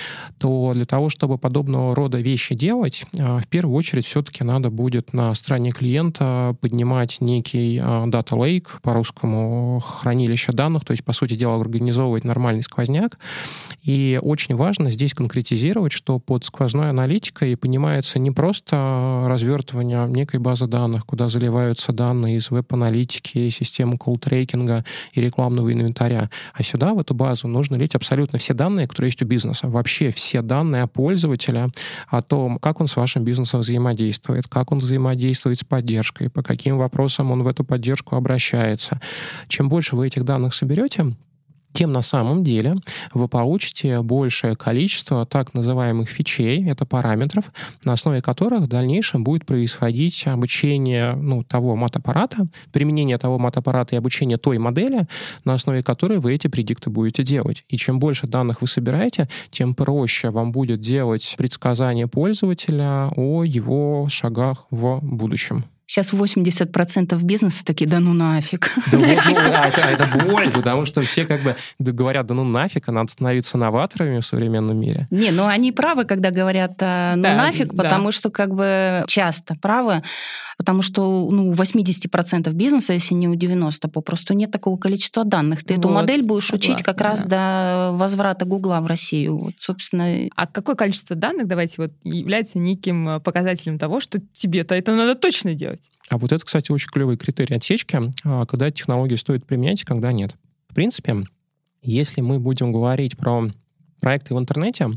То для того, чтобы подобного рода вещи делать, в первую очередь все-таки надо будет на стороне клиента поднимать некий data lake, по-русскому хранилище данных, то есть, по сути дела, организовывать нормальный сквозняк. И очень важно здесь конкретизировать, что под сквозной аналитикой понимается не просто развертывание некой базы данных, куда заливаются данные из веб-аналитики, системы колл-трекинга и рекламного инвентаря, а сюда, в эту базу, нужно лить абсолютно все данные, которые есть у бизнеса. Вообще все данные о пользователе, о том, как он с вашим бизнесом взаимодействует, как он взаимодействует с поддержкой, по каким вопросам он в эту поддержку обращается. Чем больше вы этих данных соберете, тем на самом деле вы получите большее количество так называемых фичей, это параметров, на основе которых в дальнейшем будет происходить обучение ну, того мат-аппарата, применение того мат-аппарата и обучение той модели, на основе которой вы эти предикты будете делать. И чем больше данных вы собираете, тем проще вам будет делать предсказания пользователя о его шагах в будущем. Сейчас восемьдесят процентов бизнеса такие, да ну нафиг. Да вот, ну, а, это, это боль, потому что все как бы говорят, да ну нафиг, а надо становиться новаторами в современном мире. Не, ну они правы, когда говорят, ну да, нафиг, потому да. что как бы часто правы, потому что ну, у восемьдесят процентов бизнеса, если не у девяноста процентов, попросту нет такого количества данных. Ты вот, эту модель будешь согласна, учить как да. раз до возврата Гугла в Россию. Вот, собственно. А какое количество данных, давайте, вот, является неким показателем того, что тебе-то это надо точно делать? А вот это, кстати, очень клевый критерий отсечки, когда технологию стоит применять, а когда нет. В принципе, если мы будем говорить про проекты в интернете,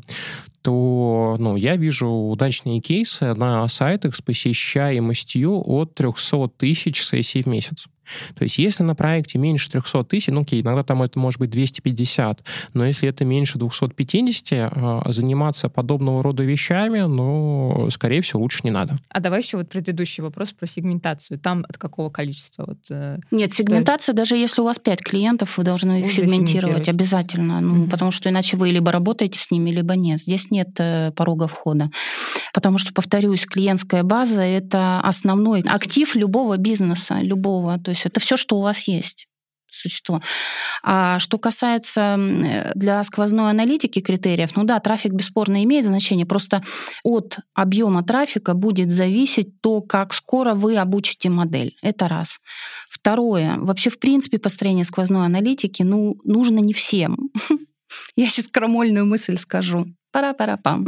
то ну, я вижу удачные кейсы на сайтах с посещаемостью от триста тысяч сессий в месяц. То есть если на проекте меньше триста тысяч, ну окей, иногда там это может быть двести пятьдесят, но если это меньше двести пятьдесят, заниматься подобного рода вещами, ну, скорее всего, лучше не надо. А давай еще вот предыдущий вопрос про сегментацию. Там от какого количества? Вот, э, Нет, сегментация, даже если у вас пять клиентов, вы должны их сегментировать обязательно, ну, mm-hmm. потому что иначе вы либо работаете с ними, либо нет. Здесь нет э, порога входа. Потому что, повторюсь, клиентская база — это основной актив любого бизнеса, любого. То есть это все, что у вас есть. Существо. А что касается для сквозной аналитики критериев, ну да, трафик бесспорно имеет значение, просто от объема трафика будет зависеть то, как скоро вы обучите модель. Это раз. Второе. Вообще, в принципе, построение сквозной аналитики ну, нужно не всем. Я сейчас крамольную мысль скажу. Пара-пара-пам.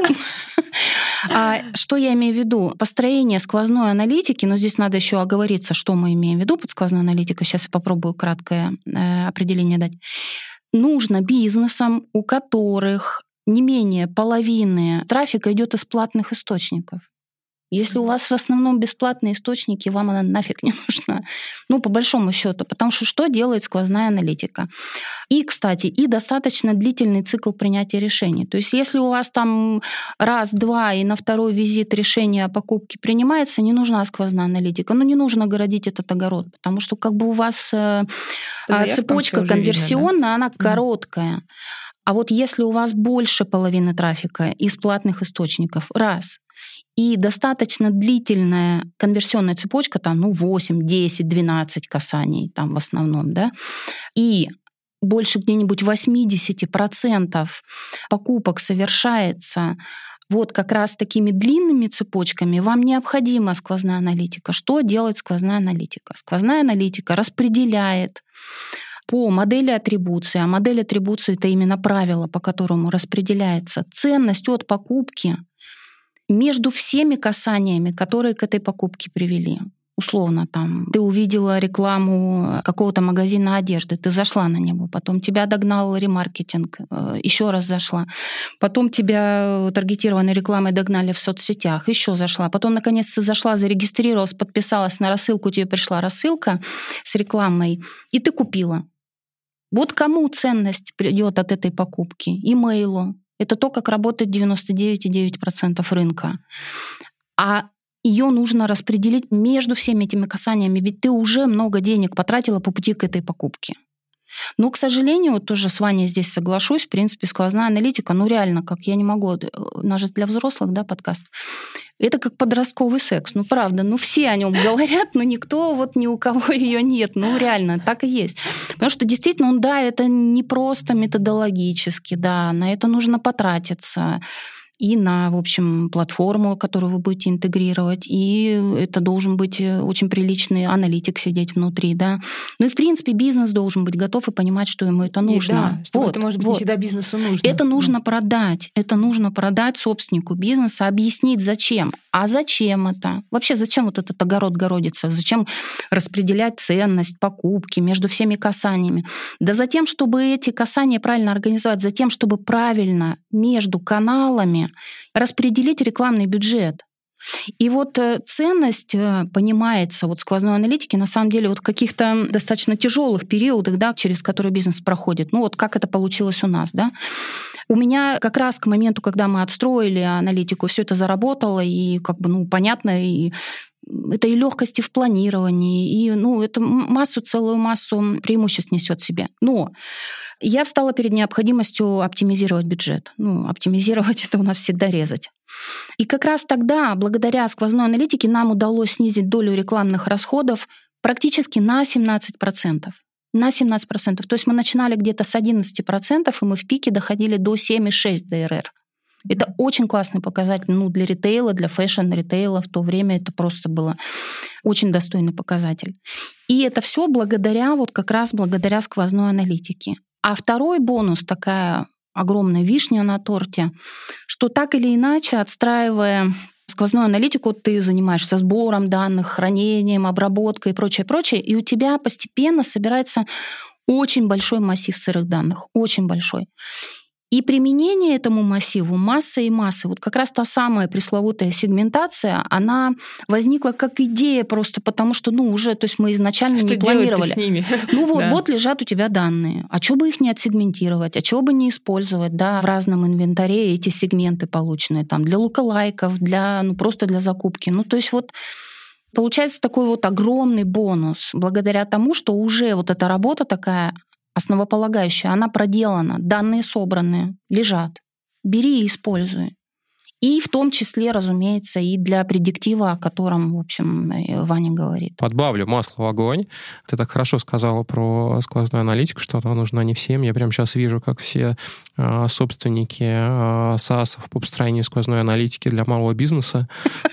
А что я имею в виду? Построение сквозной аналитики, но здесь надо еще оговориться, что мы имеем в виду под сквозной аналитикой. Сейчас я попробую краткое э, определение дать. Нужно бизнесам, у которых не менее половины трафика идет из платных источников. Если у вас в основном бесплатные источники, вам она нафиг не нужна. Ну, по большому счету. Потому что что делает сквозная аналитика? И, кстати, и достаточно длительный цикл принятия решений. То есть если у вас там раз-два и на второй визит решение о покупке принимается, не нужна сквозная аналитика. Ну, не нужно городить этот огород, потому что как бы у вас Заявкам цепочка конверсионная, видно, да? Она короткая. А вот если у вас больше половины трафика из платных источников, раз — и достаточно длительная конверсионная цепочка, там, ну, восемь, десять, двенадцать касаний там в основном, да, и больше где-нибудь восемьдесят процентов покупок совершается вот как раз такими длинными цепочками, вам необходима сквозная аналитика. Что делает сквозная аналитика? Сквозная аналитика распределяет по модели атрибуции, а модель атрибуции — это именно правило, по которому распределяется ценность от покупки между всеми касаниями, которые к этой покупке привели. Условно, там, ты увидела рекламу какого-то магазина одежды, ты зашла на него, потом тебя догнал ремаркетинг, еще раз зашла, потом тебя таргетированной рекламой догнали в соцсетях, еще зашла, потом, наконец, ты зашла, зарегистрировалась, подписалась на рассылку, тебе пришла рассылка с рекламой, и ты купила. Вот кому ценность придет от этой покупки? Имейлу. Это то, как работает девяносто девять целых девять десятых процента рынка. А ее нужно распределить между всеми этими касаниями, ведь ты уже много денег потратила по пути к этой покупке. Но, к сожалению, вот тоже с Ваней здесь соглашусь, в принципе, сквозная аналитика, ну реально, как я не могу, у нас же для взрослых, да, подкаст, это как подростковый секс, ну правда, ну все о нем говорят, но никто, вот ни у кого ее нет, ну реально, так и есть. Потому что действительно, он, да, это не просто методологически, да, на это нужно потратиться, и на, в общем, платформу, которую вы будете интегрировать, и это должен быть очень приличный аналитик сидеть внутри, да. Ну и, в принципе, бизнес должен быть готов и понимать, что ему это нужно. И да, что вот, это, может быть, вот. не всегда бизнесу нужно. Это нужно продать, это нужно продать собственнику бизнеса, объяснить, зачем. А зачем это? Вообще, зачем вот этот огород городится? Зачем распределять ценность покупки между всеми касаниями? Да за тем, чтобы эти касания правильно организовать, за тем, чтобы правильно между каналами распределить рекламный бюджет. И вот ценность понимается вот сквозной аналитики на самом деле вот в каких-то достаточно тяжелых периодах, да, через которые бизнес проходит. Ну вот как это получилось у нас, да. У меня как раз к моменту, когда мы отстроили аналитику, все это заработало, и как бы, ну, понятно, и это и легкости в планировании, и, ну, это массу, целую массу преимуществ несет в себе. Но я встала перед необходимостью оптимизировать бюджет. Ну, оптимизировать — это у нас всегда резать. И как раз тогда, благодаря сквозной аналитике, нам удалось снизить долю рекламных расходов практически на семнадцать процентов. На семнадцать процентов. То есть мы начинали где-то с одиннадцать процентов, и мы в пике доходили до семь целых шесть десятых ДРР. Это очень классный показатель, ну, для ритейла, для фэшн-ритейла в то время это просто было очень достойный показатель. И это все благодаря, вот как раз благодаря сквозной аналитике. А второй бонус, такая огромная вишня на торте, что так или иначе, отстраивая сквозную аналитику, ты занимаешься сбором данных, хранением, обработкой и прочее, прочее, и у тебя постепенно собирается очень большой массив сырых данных, очень большой. И применение этому массиву масса и масса. Вот как раз та самая пресловутая сегментация, она возникла как идея просто потому, что, ну, уже, то есть мы изначально что не планировали. С ними? Ну вот, да. вот лежат у тебя данные. А чего бы их не отсегментировать? А чего бы не использовать, да, в разном инвентаре эти сегменты полученные там для лукалайков, для, ну, просто для закупки. Ну, то есть вот получается такой вот огромный бонус благодаря тому, что уже вот эта работа такая основополагающая, она проделана, данные собраны, лежат. Бери и используй. И в том числе, разумеется, и для предиктива, о котором, в общем, Ваня говорит. Подбавлю масло в огонь. Ты так хорошо сказала про сквозную аналитику, что она нужна не всем. Я прямо сейчас вижу, как все э, собственники э, СaaS по построению сквозной аналитики для малого бизнеса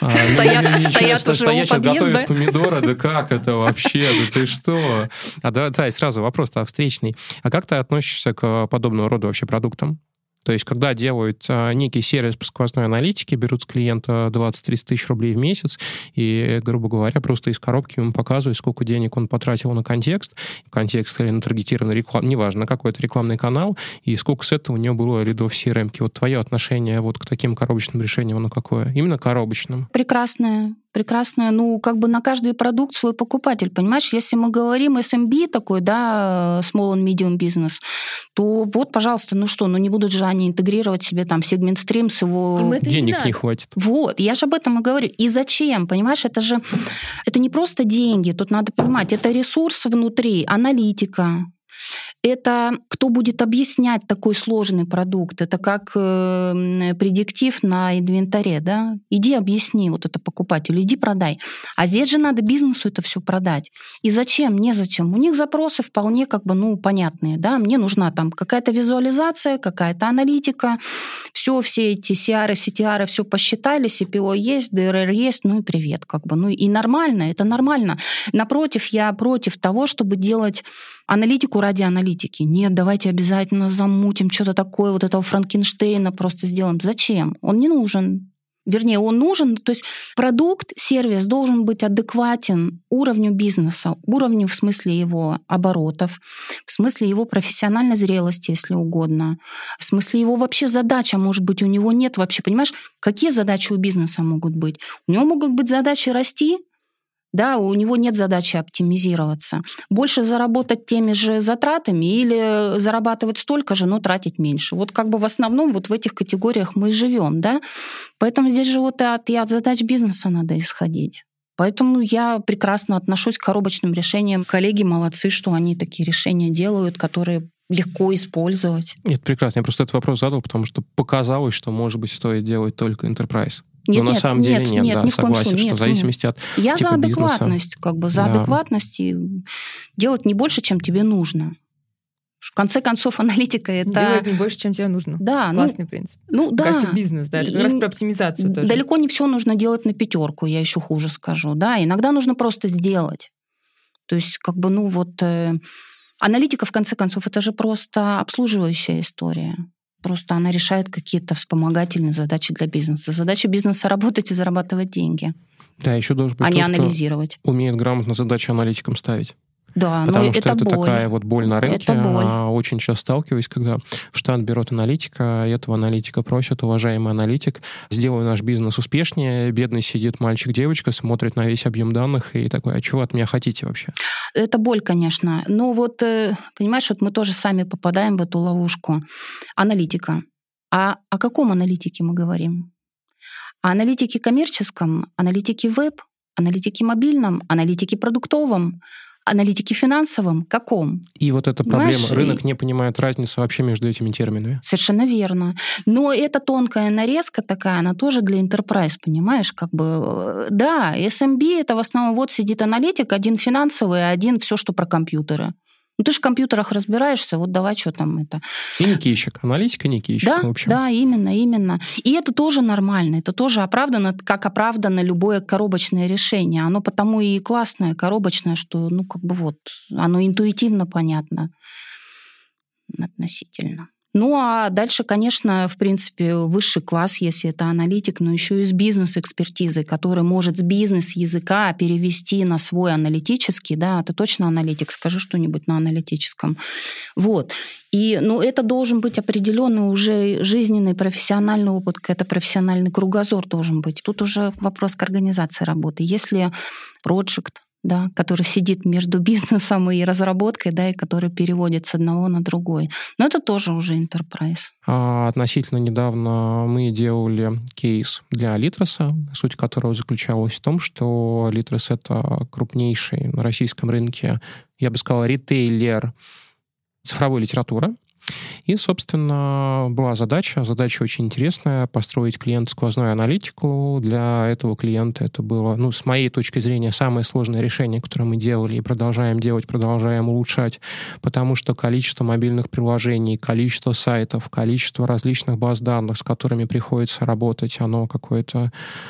стоят уже у подъезда. Готовят помидоры. Да как это вообще? Да ты что? А давай сразу вопрос-то встречный. А как ты относишься к подобного рода вообще продуктам? То есть, когда делают а, некий сервис по сквозной аналитике, берут с клиента двадцать-тридцать тысяч рублей в месяц и, грубо говоря, просто из коробки ему показывают, сколько денег он потратил на контекст, контекст или на таргетированный реклам, неважно, какой это рекламный канал, и сколько с этого у него было лидов в си эр эм-ке. Вот твое отношение вот к таким коробочным решениям, оно какое? Именно коробочным. Прекрасное. Прекрасное. Ну, как бы на каждый продукт свой покупатель, понимаешь? Если мы говорим эс эм би такой, да, small and medium business, то вот, пожалуйста, ну что, ну не будут же они интегрировать себе там сегмент-стрим с его... Денег не, не хватит. Вот, я же об этом и говорю. И зачем, понимаешь? Это же это не просто деньги, тут надо понимать, это ресурс внутри, аналитика. Это кто будет объяснять такой сложный продукт? Это как э, предиктив на инвентаре, да? Иди объясни вот это покупателю, иди продай. А здесь же надо бизнесу это все продать. И зачем? Незачем. У них запросы вполне как бы, ну, понятные, да? Мне нужна там какая-то визуализация, какая-то аналитика. Все, все эти си ар, си ти ар, все посчитали, си пи о есть, ди эр эр есть, ну и привет, как бы. Ну и нормально, это нормально. Напротив, я против того, чтобы делать аналитику ради аналитики. Нет, давайте обязательно замутим что-то такое, вот этого Франкенштейна просто сделаем. Зачем? Он не нужен. Вернее, он нужен, то есть продукт, сервис должен быть адекватен уровню бизнеса, уровню в смысле его оборотов, в смысле его профессиональной зрелости, если угодно, в смысле его вообще задача, может быть, у него нет вообще, понимаешь, какие задачи у бизнеса могут быть? У него могут быть задачи расти, да, у него нет задачи оптимизироваться. Больше заработать теми же затратами или зарабатывать столько же, но тратить меньше. Вот как бы в основном вот в этих категориях мы и живем, да. Поэтому здесь же вот от, и от задач бизнеса надо исходить. Поэтому я прекрасно отношусь к коробочным решениям. Коллеги молодцы, что они такие решения делают, которые легко использовать. Нет, прекрасно. Я просто этот вопрос задал, потому что показалось, что, может быть, стоит делать только enterprise. Нет, Но нет, на самом деле нет, нет, нет, да, ни в коем согласен, случае, что нет, в зависимости нет. от Я типа за адекватность, бизнеса. как бы за Да. адекватность и делать не больше, чем тебе нужно. В конце концов, аналитика — это... Делать не больше, чем тебе нужно. Да, Классный ну, принцип. Ну да. Кажется, бизнес, да, это как И раз про оптимизацию тоже. Далеко не все нужно делать на пятерку, я еще хуже скажу. Да, иногда нужно просто сделать. То есть, как бы, ну вот... Э, аналитика, в конце концов, это же просто обслуживающая история. Просто она решает какие-то вспомогательные задачи для бизнеса. Задача бизнеса — работать и зарабатывать деньги, Да, еще должен быть а тот, не кто анализировать. умеет грамотно задачи аналитикам ставить. Да, Потому но что это, это боль. такая вот боль на рынке. Это боль. Очень часто сталкиваюсь, когда в штат берут аналитика, этого аналитика просят: уважаемый аналитик, сделай наш бизнес успешнее. Бедный сидит мальчик-девочка, смотрит на весь объем данных и такой: а чего от меня хотите вообще? Это боль, конечно. Но вот, понимаешь, вот мы тоже сами попадаем в эту ловушку. Аналитика. А о каком аналитике мы говорим? О аналитике коммерческом, аналитике веб, аналитике мобильном, аналитике продуктовом, аналитике финансовом? Каком? И вот эта проблема. Понимаешь? Рынок не понимает разницу вообще между этими терминами. Совершенно верно. Но эта тонкая нарезка такая, она тоже для enterprise, понимаешь? Как бы, да, эс эм би — это в основном вот сидит аналитик, один финансовый, один все, что про компьютеры. Ну, ты же в компьютерах разбираешься, вот давай, что там это. И не кейщик. Аналитика не кейщик, Да, в общем. да, именно, именно. И это тоже нормально, это тоже оправдано, как оправдано любое коробочное решение. Оно потому и классное, коробочное, что, ну, как бы вот, оно интуитивно понятно относительно. Ну, а дальше, конечно, в принципе, высший класс, если это аналитик, но еще и с бизнес-экспертизой, который может с бизнес-языка перевести на свой аналитический, да, ты точно аналитик, скажи что-нибудь на аналитическом. Вот. И, ну, это должен быть определенный уже жизненный, профессиональный опыт, какой-то профессиональный кругозор должен быть. Тут уже вопрос к организации работы. Если проект, да, который сидит между бизнесом и разработкой, да, и который переводит с одного на другой. Но это тоже уже enterprise. А относительно недавно мы делали кейс для Литроса, суть которого заключалась в том, что Литрос — это крупнейший на российском рынке, я бы сказал, ритейлер цифровой литературы. И, собственно, была задача, задача очень интересная, построить клиент-сквозную аналитику. Для этого клиента это было, ну, с моей точки зрения, самое сложное решение, которое мы делали и продолжаем делать, продолжаем улучшать, потому что количество мобильных приложений, количество сайтов, количество различных баз данных, с которыми приходится работать, оно какое-то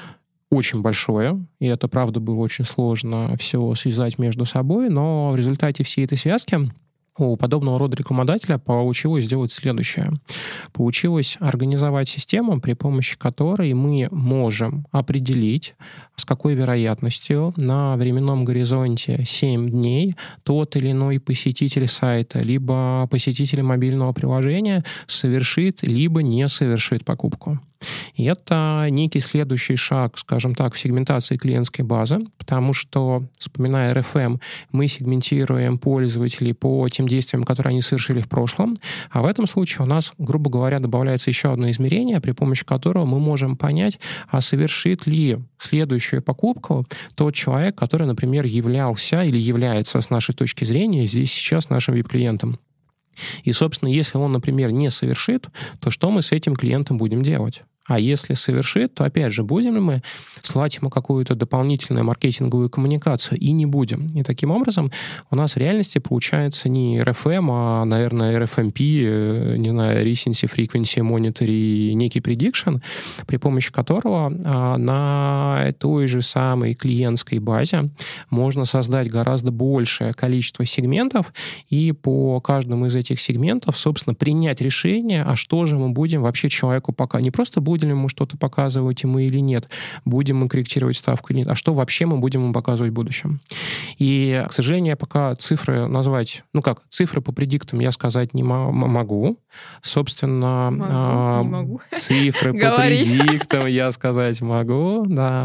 очень большое, и это, правда, было очень сложно все связать между собой, но в результате всей этой связки у подобного рода рекламодателя получилось сделать следующее. Получилось организовать систему, при помощи которой мы можем определить, с какой вероятностью на временном горизонте семь дней тот или иной посетитель сайта, либо посетитель мобильного приложения совершит, либо не совершит покупку. И это некий следующий шаг, скажем так, в сегментации клиентской базы, потому что, вспоминая эр эф эм, мы сегментируем пользователей по тем действиям, которые они совершили в прошлом, а в этом случае у нас, грубо говоря, добавляется еще одно измерение, при помощи которого мы можем понять, а совершит ли следующую покупку тот человек, который, например, являлся или является, с нашей точки зрения, здесь сейчас нашим ви ай пи-клиентом. И, собственно, если он, например, не совершит, то что мы с этим клиентом будем делать? А если совершит, то, опять же, будем ли мы слать ему какую-то дополнительную маркетинговую коммуникацию? И не будем. И таким образом у нас в реальности получается не эр эф эм, а, наверное, эр эф эм пи, не знаю, Recency, Frequency, Monitor и некий prediction, при помощи которого а, на той же самой клиентской базе можно создать гораздо большее количество сегментов и по каждому из этих сегментов, собственно, принять решение, а что же мы будем вообще человеку пока не просто будем Будем ли ему что-то показывать ему или нет, будем мы корректировать ставку или нет, а что вообще мы будем ему показывать в будущем. И, к сожалению, я пока цифры назвать, ну как, цифры по предиктам я сказать не м- могу. Собственно, могу, а, не могу. Цифры по предиктам я сказать могу, да.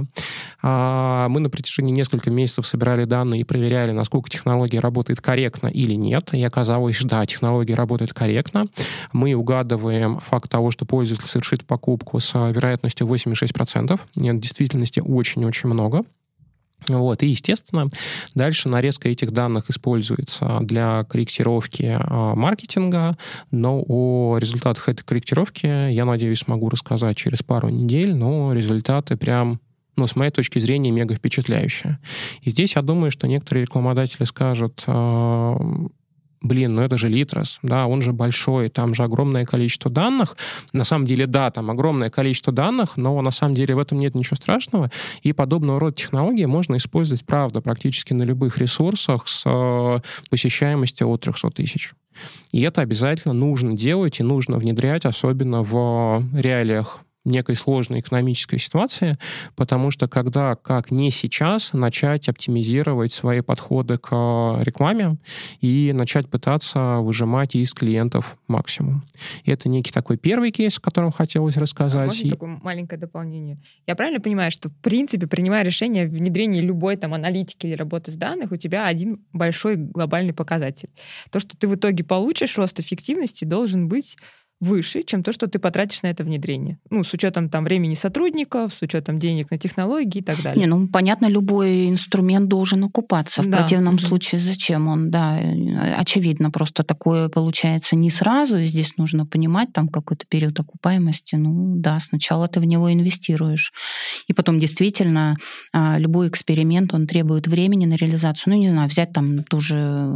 А, мы на протяжении нескольких месяцев собирали данные и проверяли, насколько технология работает корректно или нет. И оказалось, что да, технология работает корректно. Мы угадываем факт того, что пользователь совершит покупку с вероятностью восемьдесят шесть процентов. Нет, в действительности очень-очень много. Вот. И, естественно, дальше нарезка этих данных используется для корректировки э, маркетинга, но о результатах этой корректировки, я надеюсь, смогу рассказать через пару недель, но результаты прям, ну, с моей точки зрения, мега впечатляющие. И здесь я думаю, что некоторые рекламодатели скажут... Э, Блин, ну это же Литрос, да, он же большой, там же огромное количество данных. На самом деле, да, там огромное количество данных, но на самом деле в этом нет ничего страшного. И подобного рода технологии можно использовать, правда, практически на любых ресурсах с э, посещаемостью от трехсот тысяч. И это обязательно нужно делать и нужно внедрять, особенно в реалиях некой сложной экономической ситуации, потому что когда, как не сейчас, начать оптимизировать свои подходы к рекламе и начать пытаться выжимать из клиентов максимум. И это некий такой первый кейс, о котором хотелось рассказать. А можно и... такое маленькое дополнение? Я правильно понимаю, что, в принципе, принимая решение о внедрении любой там аналитики или работы с данных, у тебя один большой глобальный показатель. То, что ты в итоге получишь, рост эффективности должен быть выше, чем то, что ты потратишь на это внедрение. Ну, с учетом там времени сотрудников, с учетом денег на технологии и так далее. Не, ну, понятно, любой инструмент должен окупаться. В Да. противном Mm-hmm. случае зачем он? Да, очевидно, просто такое получается не сразу, и здесь нужно понимать там какой-то период окупаемости. Ну, да, сначала ты в него инвестируешь. И потом действительно любой эксперимент, он требует времени на реализацию. Ну, не знаю, взять там тоже,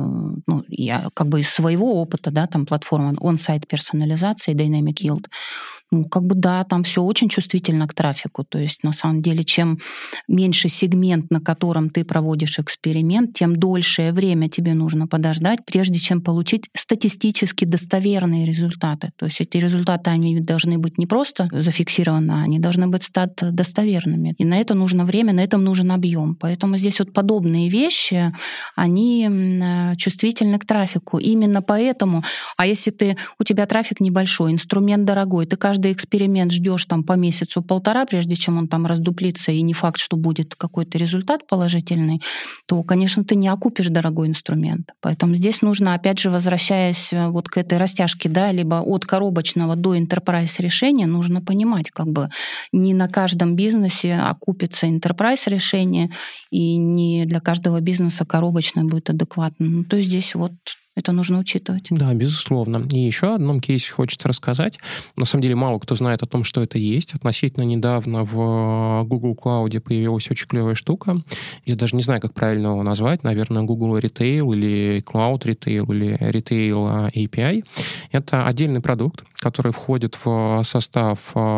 ну, я как бы из своего опыта, да, там платформа on-site персонализации, Dynamic Yield. Ну, как бы да, там все очень чувствительно к трафику. То есть, на самом деле, чем меньше сегмент, на котором ты проводишь эксперимент, тем дольшее время тебе нужно подождать, прежде чем получить статистически достоверные результаты. То есть эти результаты, они должны быть не просто зафиксированы, они должны быть стать достоверными. И на это нужно время, на этом нужен объем. Поэтому здесь вот подобные вещи, они чувствительны к трафику. Именно поэтому, а если ты, у тебя трафик небольшой, инструмент дорогой, ты каждый эксперимент ждешь там по месяцу-полтора, прежде чем он там раздуплится, и не факт, что будет какой-то результат положительный, то, конечно, ты не окупишь дорогой инструмент. Поэтому здесь нужно, опять же, возвращаясь вот к этой растяжке, да, либо от коробочного до enterprise решения, нужно понимать, как бы не на каждом бизнесе окупится enterprise решение, и не для каждого бизнеса коробочное будет адекватно. Ну, то есть здесь вот это нужно учитывать. Да, безусловно. И еще о одном кейсе хочется рассказать. На самом деле мало кто знает о том, что это есть. Относительно недавно в Google Cloud появилась очень клевая штука. Я даже не знаю, как правильно его назвать. Наверное, Google Retail или Cloud Retail или Retail эй пи ай. Это отдельный продукт, который входит в состав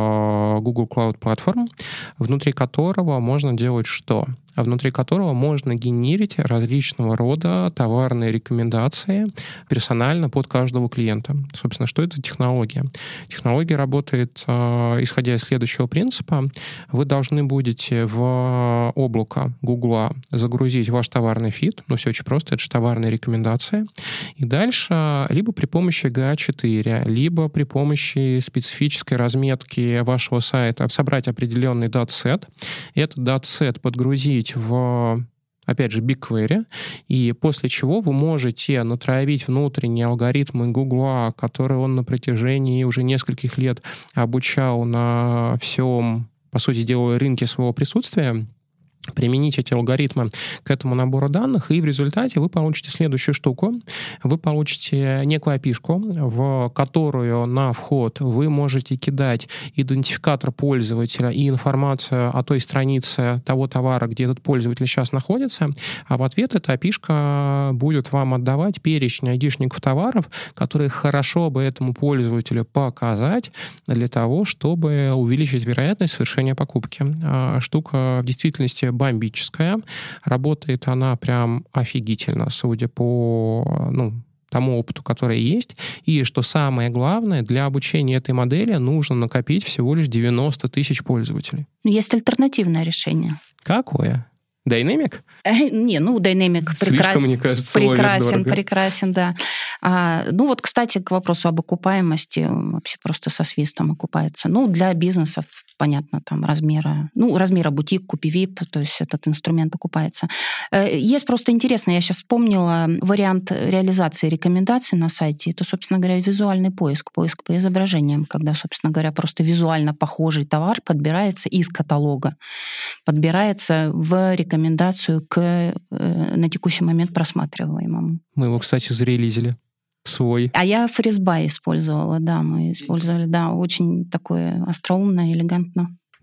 Google Cloud Platform, внутри которого можно делать что? А внутри которого можно генерить различного рода товарные рекомендации персонально под каждого клиента. Собственно, что это технология? Технология работает, э, исходя из следующего принципа. Вы должны будете в облако Гугла загрузить ваш товарный фид, ну все очень просто, это же товарные рекомендации, и дальше либо при помощи джи эй четыре, либо при помощи специфической разметки вашего сайта собрать определенный датасет, этот датасет подгрузить в, опять же, BigQuery, и после чего вы можете натравить внутренние алгоритмы Гугла, которые он на протяжении уже нескольких лет обучал на всем, по сути дела, рынке своего присутствия, применить эти алгоритмы к этому набору данных, и в результате вы получите следующую штуку. Вы получите некую эй пи ай-шку, в которую на вход вы можете кидать идентификатор пользователя и информацию о той странице того товара, где этот пользователь сейчас находится, а в ответ эта эй пи ай-шка будет вам отдавать перечень айдишников товаров, которые хорошо бы этому пользователю показать для того, чтобы увеличить вероятность совершения покупки. Штука в действительности бомбическая. Работает она прям офигительно, судя по, ну, тому опыту, который есть. И, что самое главное, для обучения этой модели нужно накопить всего лишь девяносто тысяч пользователей. Есть альтернативное решение. Какое? Dynamic? Не, ну, Dynamic Слишком, прекра... мне кажется, прекрасен, прекрасен, да. А, ну, вот, кстати, к вопросу об окупаемости, вообще просто со свистом окупается. Ну, для бизнесов, понятно, там размера, ну, размера бутик, купи вип, то есть этот инструмент окупается. Есть просто интересно, я сейчас вспомнила вариант реализации рекомендаций на сайте. Это, собственно говоря, визуальный поиск, поиск по изображениям, когда, собственно говоря, просто визуально похожий товар подбирается из каталога, подбирается в рекомендацию к на текущий момент просматриваемому. Мы его, кстати, зарелизили. Свой. А я фризбай использовала, да, мы использовали, да, очень такое остроумно, элегантно.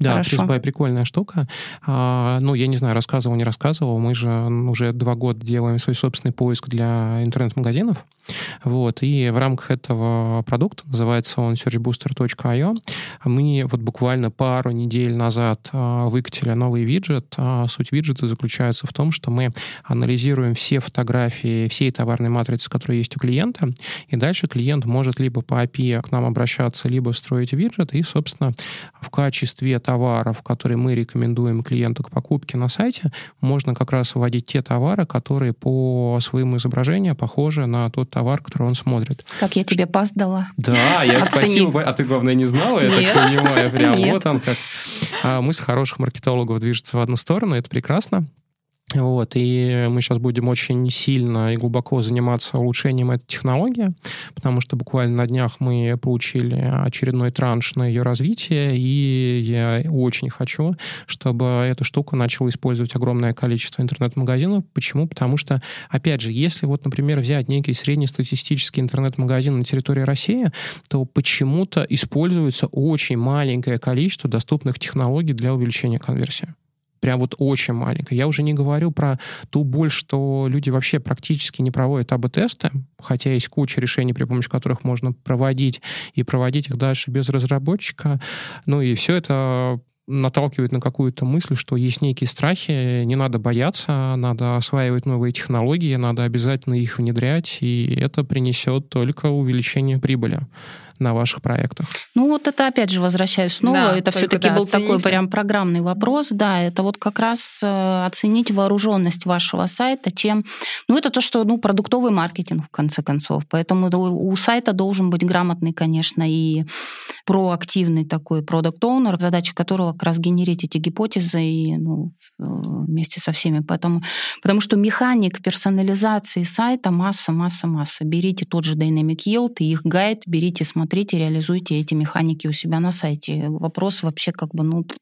Да, Freeze.Buy прикольная штука. А, ну, я не знаю, рассказывал, не рассказывал. Мы же уже два года делаем свой собственный поиск для интернет-магазинов. Вот, и в рамках этого продукта, называется он серч бустер точка ай о, мы вот буквально пару недель назад а, выкатили новый виджет. А, суть виджета заключается в том, что мы анализируем все фотографии всей товарной матрицы, которая есть у клиента, и дальше клиент может либо по эй пи ай к нам обращаться, либо встроить виджет, и, собственно, в качестве товаров, которые мы рекомендуем клиенту к покупке на сайте, можно как раз вводить те товары, которые по своему изображению похожи на тот товар, который он смотрит. Как я тебе пас дала. Да, я спасибо. А ты, главное, не знала, я Нет. так понимаю. Прям Нет. вот он как. А мысль хороших маркетологов движется в одну сторону, это прекрасно. Вот, и мы сейчас будем очень сильно и глубоко заниматься улучшением этой технологии, потому что буквально на днях мы получили очередной транш на ее развитие, и я очень хочу, чтобы эту штуку начало использовать огромное количество интернет-магазинов. Почему? Потому что, опять же, если вот, например, взять некий среднестатистический интернет-магазин на территории России, то почему-то используется очень маленькое количество доступных технологий для увеличения конверсии. Прям вот очень маленькая. Я уже не говорю про ту боль, что люди вообще практически не проводят эй би-тесты, хотя есть куча решений, при помощи которых можно проводить, и проводить их дальше без разработчика. Ну и все это наталкивает на какую-то мысль, что есть некие страхи, не надо бояться, надо осваивать новые технологии, надо обязательно их внедрять, и это принесет только увеличение прибыли на ваших проектах. Ну вот это опять же возвращаюсь снова, Да, это все-таки да, был оценить. такой прям программный вопрос, да, это вот как раз э, оценить вооруженность вашего сайта тем, ну это то, что, ну, продуктовый маркетинг в конце концов, поэтому у сайта должен быть грамотный, конечно, и проактивный такой продакт-оунер, задача которого как раз генерить эти гипотезы и, ну, вместе со всеми, поэтому, потому что механик персонализации сайта масса, масса, масса. Берите тот же Dynamic Yield и их гайд, берите, смотрите, реализуйте эти механики у себя на сайте. Вопрос вообще как бы, ну,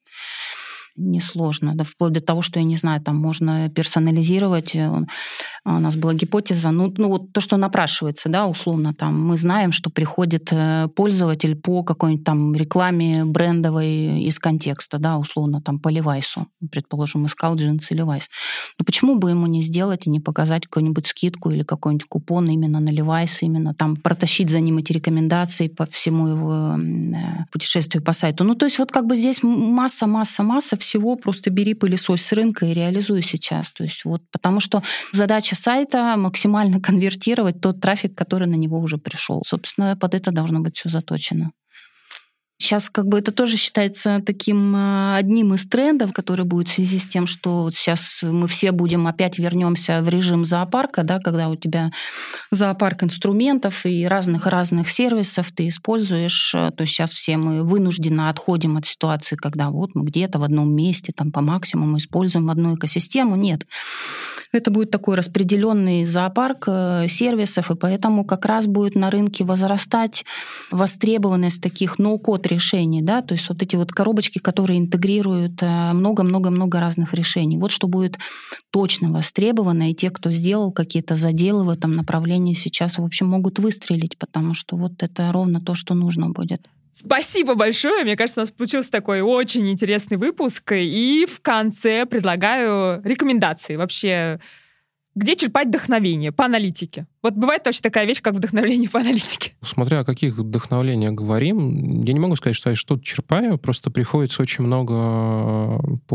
несложно. Да, вплоть до того, что, я не знаю, там можно персонализировать. У нас была гипотеза, ну, ну вот то, что напрашивается, да, условно, там мы знаем, что приходит пользователь по какой-нибудь там рекламе брендовой из контекста, да, условно, там по Левайсу, предположим, искал джинсы Левайс. Но почему бы ему не сделать и не показать какую-нибудь скидку или какой-нибудь купон именно на Левайс, именно там протащить за ним эти рекомендации по всему его путешествию по сайту. Ну, то есть вот как бы здесь масса, масса, масса всего, просто бери пылесос с рынка и реализуй сейчас. То есть вот, потому что задача сайта максимально конвертировать тот трафик, который на него уже пришел. Собственно, под это должно быть все заточено. Сейчас как бы это тоже считается таким одним из трендов, который будет в связи с тем, что вот сейчас мы все будем опять вернемся в режим зоопарка, да, когда у тебя зоопарк инструментов и разных-разных сервисов ты используешь. То есть сейчас все мы вынужденно отходим от ситуации, когда вот мы где-то в одном месте там по максимуму используем одну экосистему. Нет. Это будет такой распределенный зоопарк сервисов, и поэтому как раз будет на рынке возрастать востребованность таких ноу-код решений, да, то есть вот эти вот коробочки, которые интегрируют много-много-много разных решений. Вот что будет точно востребовано, и те, кто сделал какие-то заделы в этом направлении, сейчас, в общем, могут выстрелить, потому что вот это ровно то, что нужно будет. Спасибо большое. Мне кажется, у нас получился такой очень интересный выпуск. И в конце предлагаю рекомендации. Вообще, где черпать вдохновение по аналитике? Вот бывает вообще такая вещь, как вдохновление по аналитике. Смотря о каких вдохновлениях говорим, я не могу сказать, что я что-то черпаю, просто приходится очень много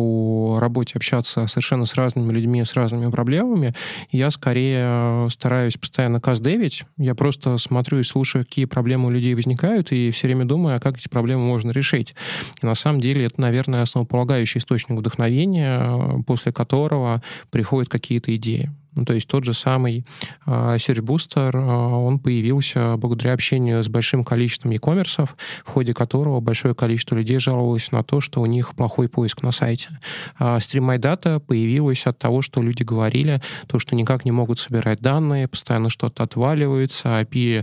по работе общаться совершенно с разными людьми, с разными проблемами. Я скорее стараюсь постоянно каздевить. Я просто смотрю и слушаю, какие проблемы у людей возникают, и все время думаю, а как эти проблемы можно решить. И на самом деле это, наверное, основополагающий источник вдохновения, после которого приходят какие-то идеи. Ну, то есть тот же самый uh, Search Booster, uh, он появился благодаря общению с большим количеством e-коммерсов, в ходе которого большое количество людей жаловалось на то, что у них плохой поиск на сайте. Uh, Stream My Data появилась от того, что люди говорили, то, что никак не могут собирать данные, постоянно что-то отваливается, эй пи ай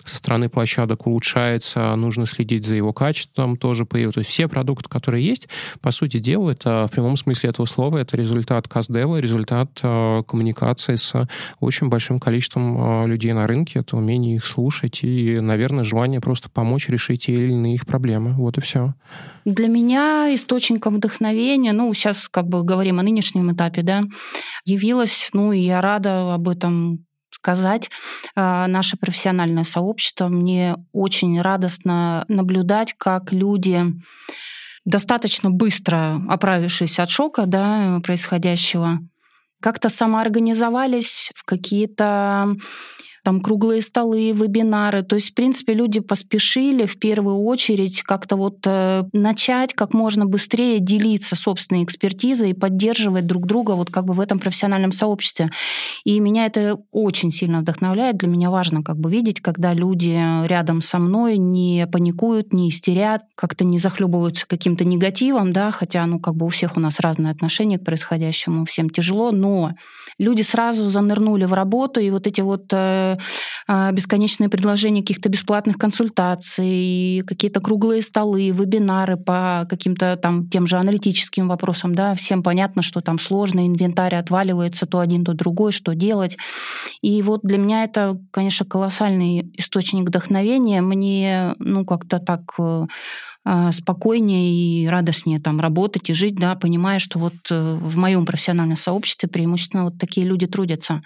со стороны площадок улучшается, нужно следить за его качеством, тоже появилось. То есть все продукты, которые есть, по сути дела, это в прямом смысле этого слова, это результат каздева, результат э, коммуникации с очень большим количеством э, людей на рынке, это умение их слушать и, наверное, желание просто помочь решить те или иные их проблемы. Вот и все. Для меня источником вдохновения, ну, сейчас как бы говорим о нынешнем этапе, да, явилось, ну, и я рада об этом сказать, наше профессиональное сообщество. Мне очень радостно наблюдать, как люди, достаточно быстро оправившись от шока, да, происходящего, как-то самоорганизовались в какие-то там круглые столы, вебинары. То есть, в принципе, люди поспешили в первую очередь как-то вот э, начать как можно быстрее делиться собственной экспертизой и поддерживать друг друга вот как бы в этом профессиональном сообществе. И меня это очень сильно вдохновляет. Для меня важно как бы видеть, когда люди рядом со мной не паникуют, не истерят, как-то не захлебываются каким-то негативом, да, хотя, ну, как бы у всех у нас разное отношение к происходящему, всем тяжело, но люди сразу занырнули в работу, и вот эти вот э, бесконечные предложения каких-то бесплатных консультаций, какие-то круглые столы, вебинары по каким-то там тем же аналитическим вопросам, да, всем понятно, что там сложно, инвентарь отваливается то один, то другой, что делать. И вот для меня это, конечно, колоссальный источник вдохновения. Мне, ну, как-то так спокойнее и радостнее там работать и жить, да, понимая, что вот в моем профессиональном сообществе преимущественно вот такие люди трудятся.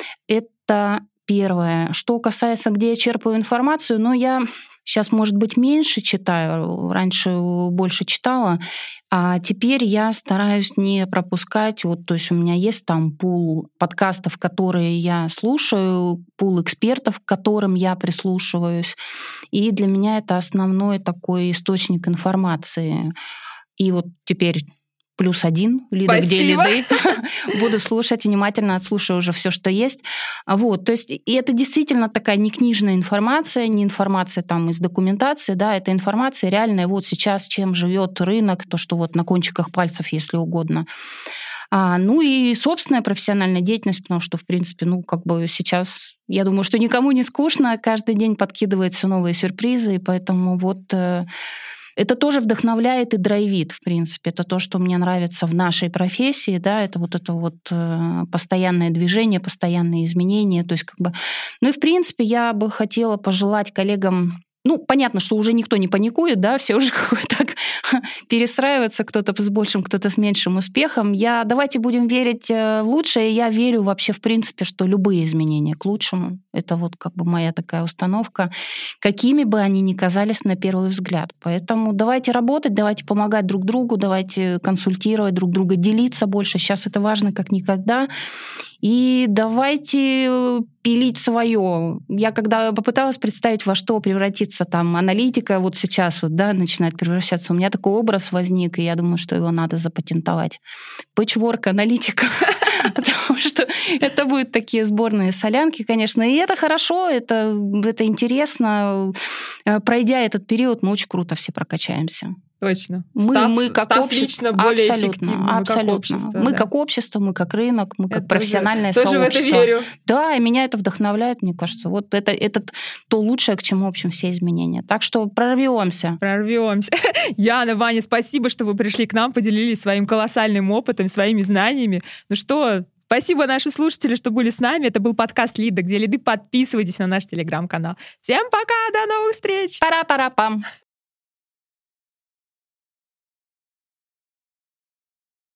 Это первое. Что касается, где я черпаю информацию, ну, я сейчас, может быть, меньше читаю, раньше больше читала, а теперь я стараюсь не пропускать, вот, то есть у меня есть там пул подкастов, которые я слушаю, пул экспертов, к которым я прислушиваюсь, и для меня это основной такой источник информации. И вот теперь плюс один, Лида, где лиды. Буду слушать, внимательно отслушаю уже все, что есть. Вот, то есть, и это действительно такая не книжная информация, не информация там из документации, да, это информация реальная вот сейчас, чем живет рынок, то, что вот на кончиках пальцев, если угодно. А, ну и собственная профессиональная деятельность, потому что, в принципе, ну, как бы сейчас, я думаю, что никому не скучно, каждый день подкидывает все новые сюрпризы, и поэтому вот это тоже вдохновляет и драйвит, в принципе. Это то, что мне нравится в нашей профессии, да, это вот это вот постоянное движение, постоянные изменения. То есть как бы... Ну и, в принципе, я бы хотела пожелать коллегам... Ну, понятно, что уже никто не паникует, да, все уже как-то так перестраиваются, кто-то с большим, кто-то с меньшим успехом. Я, давайте будем верить в лучшее. Я верю вообще, в принципе, что любые изменения к лучшему. Это вот как бы моя такая установка, какими бы они ни казались на первый взгляд. Поэтому давайте работать, давайте помогать друг другу, давайте консультировать друг друга, делиться больше. Сейчас это важно как никогда. И давайте пилить свое. Я когда попыталась представить, во что превратится там аналитика, вот сейчас вот, да, начинает превращаться, у меня такой образ возник, и я думаю, что его надо запатентовать. Пэтчворк аналитика. Потому что это будут такие сборные солянки, конечно. И это хорошо, это, это интересно. Пройдя этот период, мы очень круто все прокачаемся. Точно. Мы, став, мы как став общество, лично более абсолютно, эффективны. абсолютно. Мы как общество, мы да. как общество, мы как рынок, мы как я профессиональное тоже, сообщество. Тоже в это верю. Да, и меня это вдохновляет, мне кажется. Вот это, это то лучшее, к чему, в общем, все изменения. Так что прорвемся. Прорвемся. Яна, Ваня, спасибо, что вы пришли к нам, поделились своим колоссальным опытом, своими знаниями. Ну что, спасибо, наши слушатели, что были с нами. Это был подкаст «Лида, где лиды». Подписывайтесь на наш телеграм-канал. Всем пока, до новых встреч! Пара-пара-пам!